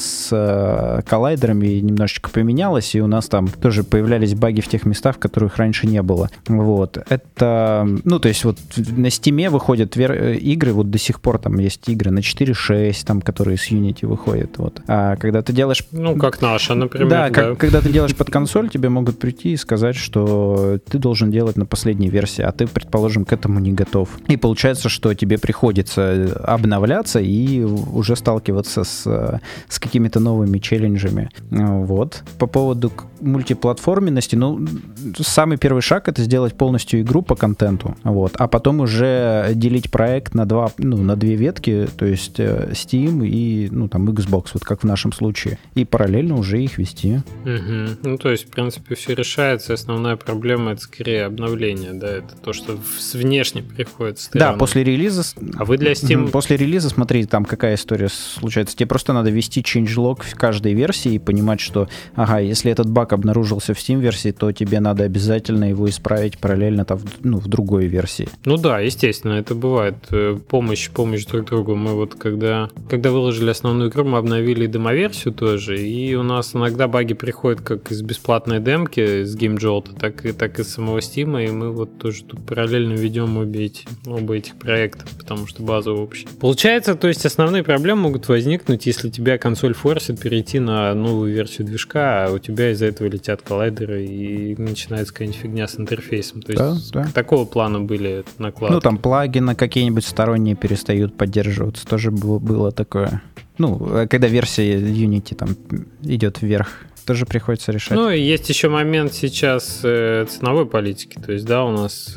с коллайдерами немножечко поменялась, и у нас там тоже появлялись баги в тех местах, в которых раньше не было. Вот. Это, то есть вот на Steam выходят игры, вот до сих пор там есть игры на 4.6, там, которые с Unity выходят. Вот. А когда ты делаешь... как наша, например. Да, когда ты делаешь под консоль, тебе могут прийти и сказать, что ты должен делать на последней версии, а ты, предположим, к этому не готов. И получается, что тебе приходится обновляться и уже сталкиваться с какими-то новыми челленджами. Вот. По поводу мультиплатформенности, самый первый шаг — это сделать полностью игру по контенту, вот, а потом уже делить проект на 2 ветки, то есть Steam и, там, Xbox, вот как в нашем случае, и параллельно уже их вести. То есть, в принципе, все решается, основная проблема — это скорее обновление, да, это то, что внешне приходит стороны. Да, после релиза... А вы для Steam... После релиза, смотри, там какая история случается. Тебе просто надо ввести changelog в каждой версии и понимать, что, если этот баг обнаружился в Steam-версии, то тебе надо обязательно его исправить параллельно там, в другой версии. Да, естественно, это бывает. Помощь друг другу. Мы вот когда выложили основную игру, мы обновили демоверсию тоже, и у нас иногда баги приходят как из бесплатной демки, с GameJolt, так и из самого Steam, и мы вот тоже тут параллельно ведем оба этих проекта, потому что база общая. Получается, то есть основные проблемы могут возникнуть, если тебя консоль форсит перейти на новую версию движка, а у тебя из-за этого летят коллайдеры и начинается какая-нибудь фигня с интерфейсом. То есть такого плана были накладки. Там плагины какие-нибудь сторонние перестают поддерживаться. Тоже было такое. Когда версия Unity там идет вверх, тоже приходится решать. Есть еще момент сейчас ценовой политики. То есть, да, у нас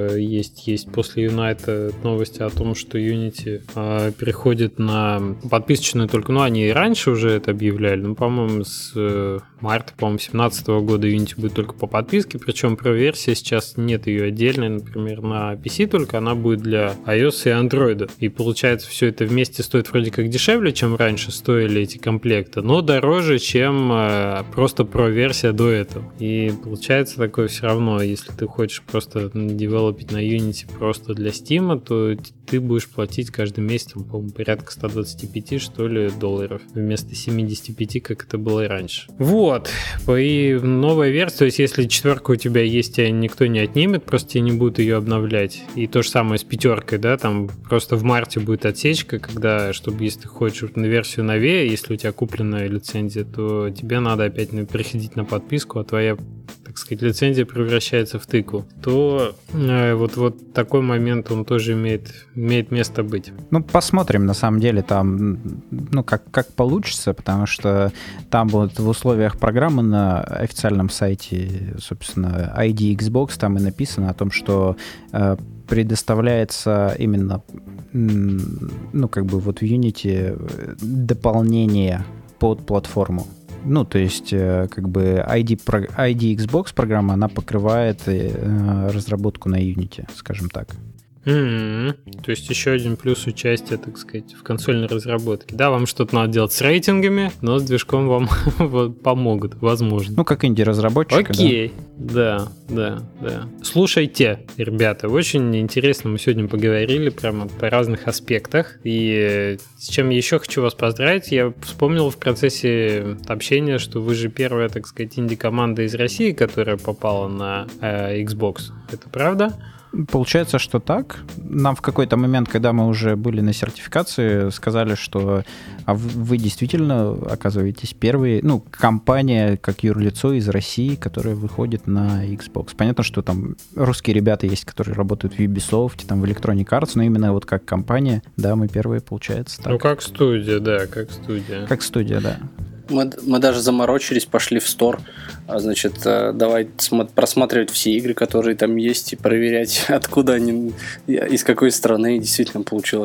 есть после Unite новости о том, что Unity переходит на подписочную только, они и раньше уже это объявляли, по-моему, с марта, 2017 года Unity будет только по подписке, причем Pro-версия сейчас нет ее отдельной, например, на PC только, она будет для iOS и Android. И получается, все это вместе стоит вроде как дешевле, чем раньше стоили эти комплекты, но дороже, чем просто Pro-версия до этого. И получается такое все равно, если ты хочешь просто девелопить на Unity просто для Steam, то ты будешь платить каждый месяц, по-моему, порядка 125, что ли, долларов, вместо 75, как это было и раньше. Вот. И новая версия, то есть если 4 у тебя есть, тебя никто не отнимет, просто тебе не будут ее обновлять. И то же самое с 5, да, там просто в марте будет отсечка, когда, чтобы если ты хочешь на версию новее, если у тебя купленная лицензия, то тебе надо опять приходить на подписку, а твоя, так сказать, лицензия превращается в тыкву, то вот такой момент, он тоже имеет место быть. Посмотрим, на самом деле, там, как получится, потому что там вот в условиях программы на официальном сайте, собственно, ID Xbox, там и написано о том, что предоставляется именно, в Unity дополнение под платформу. То есть, ID Xbox программа, она покрывает разработку на Unity, скажем так. То есть еще один плюс участия, так сказать, в консольной разработке. Да, вам что-то надо делать с рейтингами, но с движком вам помогут, возможно. Как инди-разработчик. Окей, да. Слушайте, ребята, очень интересно мы сегодня поговорили прямо по разных аспектах. И с чем еще хочу вас поздравить, я вспомнил в процессе общения, что вы же первая, так сказать, инди-команда из России, которая попала на Xbox. Это правда? Получается, что так. Нам в какой-то момент, когда мы уже были на сертификации, сказали, что вы действительно оказываетесь первые, компания, как юрлицо из России, которая выходит на Xbox. Понятно, что там русские ребята есть, которые работают в Ubisoft, там в Electronic Arts, но именно вот как компания, да, мы первые, получается, так. Как студия, да, как студия. Как студия, да. Мы даже заморочились, пошли в стор, давай просматривать все игры, которые там есть, и проверять, откуда они, из какой страны, и действительно получилось.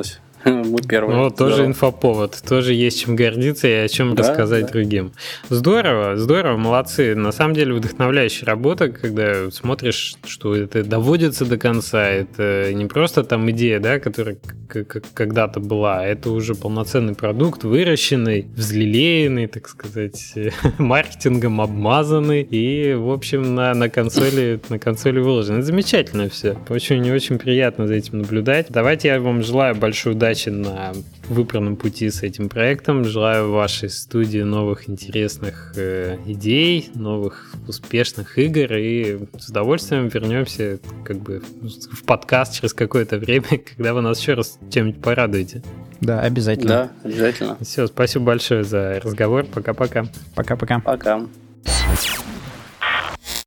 Мы первые. Ну, тоже инфоповод, тоже есть чем гордиться и о чем рассказать другим. Здорово, молодцы. На самом деле вдохновляющая работа, когда смотришь, что это доводится до конца. Это не просто там идея, да, которая когда-то была, это уже полноценный продукт, выращенный, взлелеянный, так сказать, маркетингом обмазанный и, в общем, на консоли выложен. Это замечательно все. Очень приятно за этим наблюдать. Давайте я вам желаю большой удачи на выбранном пути с этим проектом. Желаю вашей студии новых интересных идей, новых успешных игр, и с удовольствием вернемся как бы в подкаст через какое-то время, когда вы нас еще раз чем-нибудь порадуете. Да, обязательно. Да, обязательно. Все, спасибо большое за разговор. Пока-пока. Пока-пока. Пока.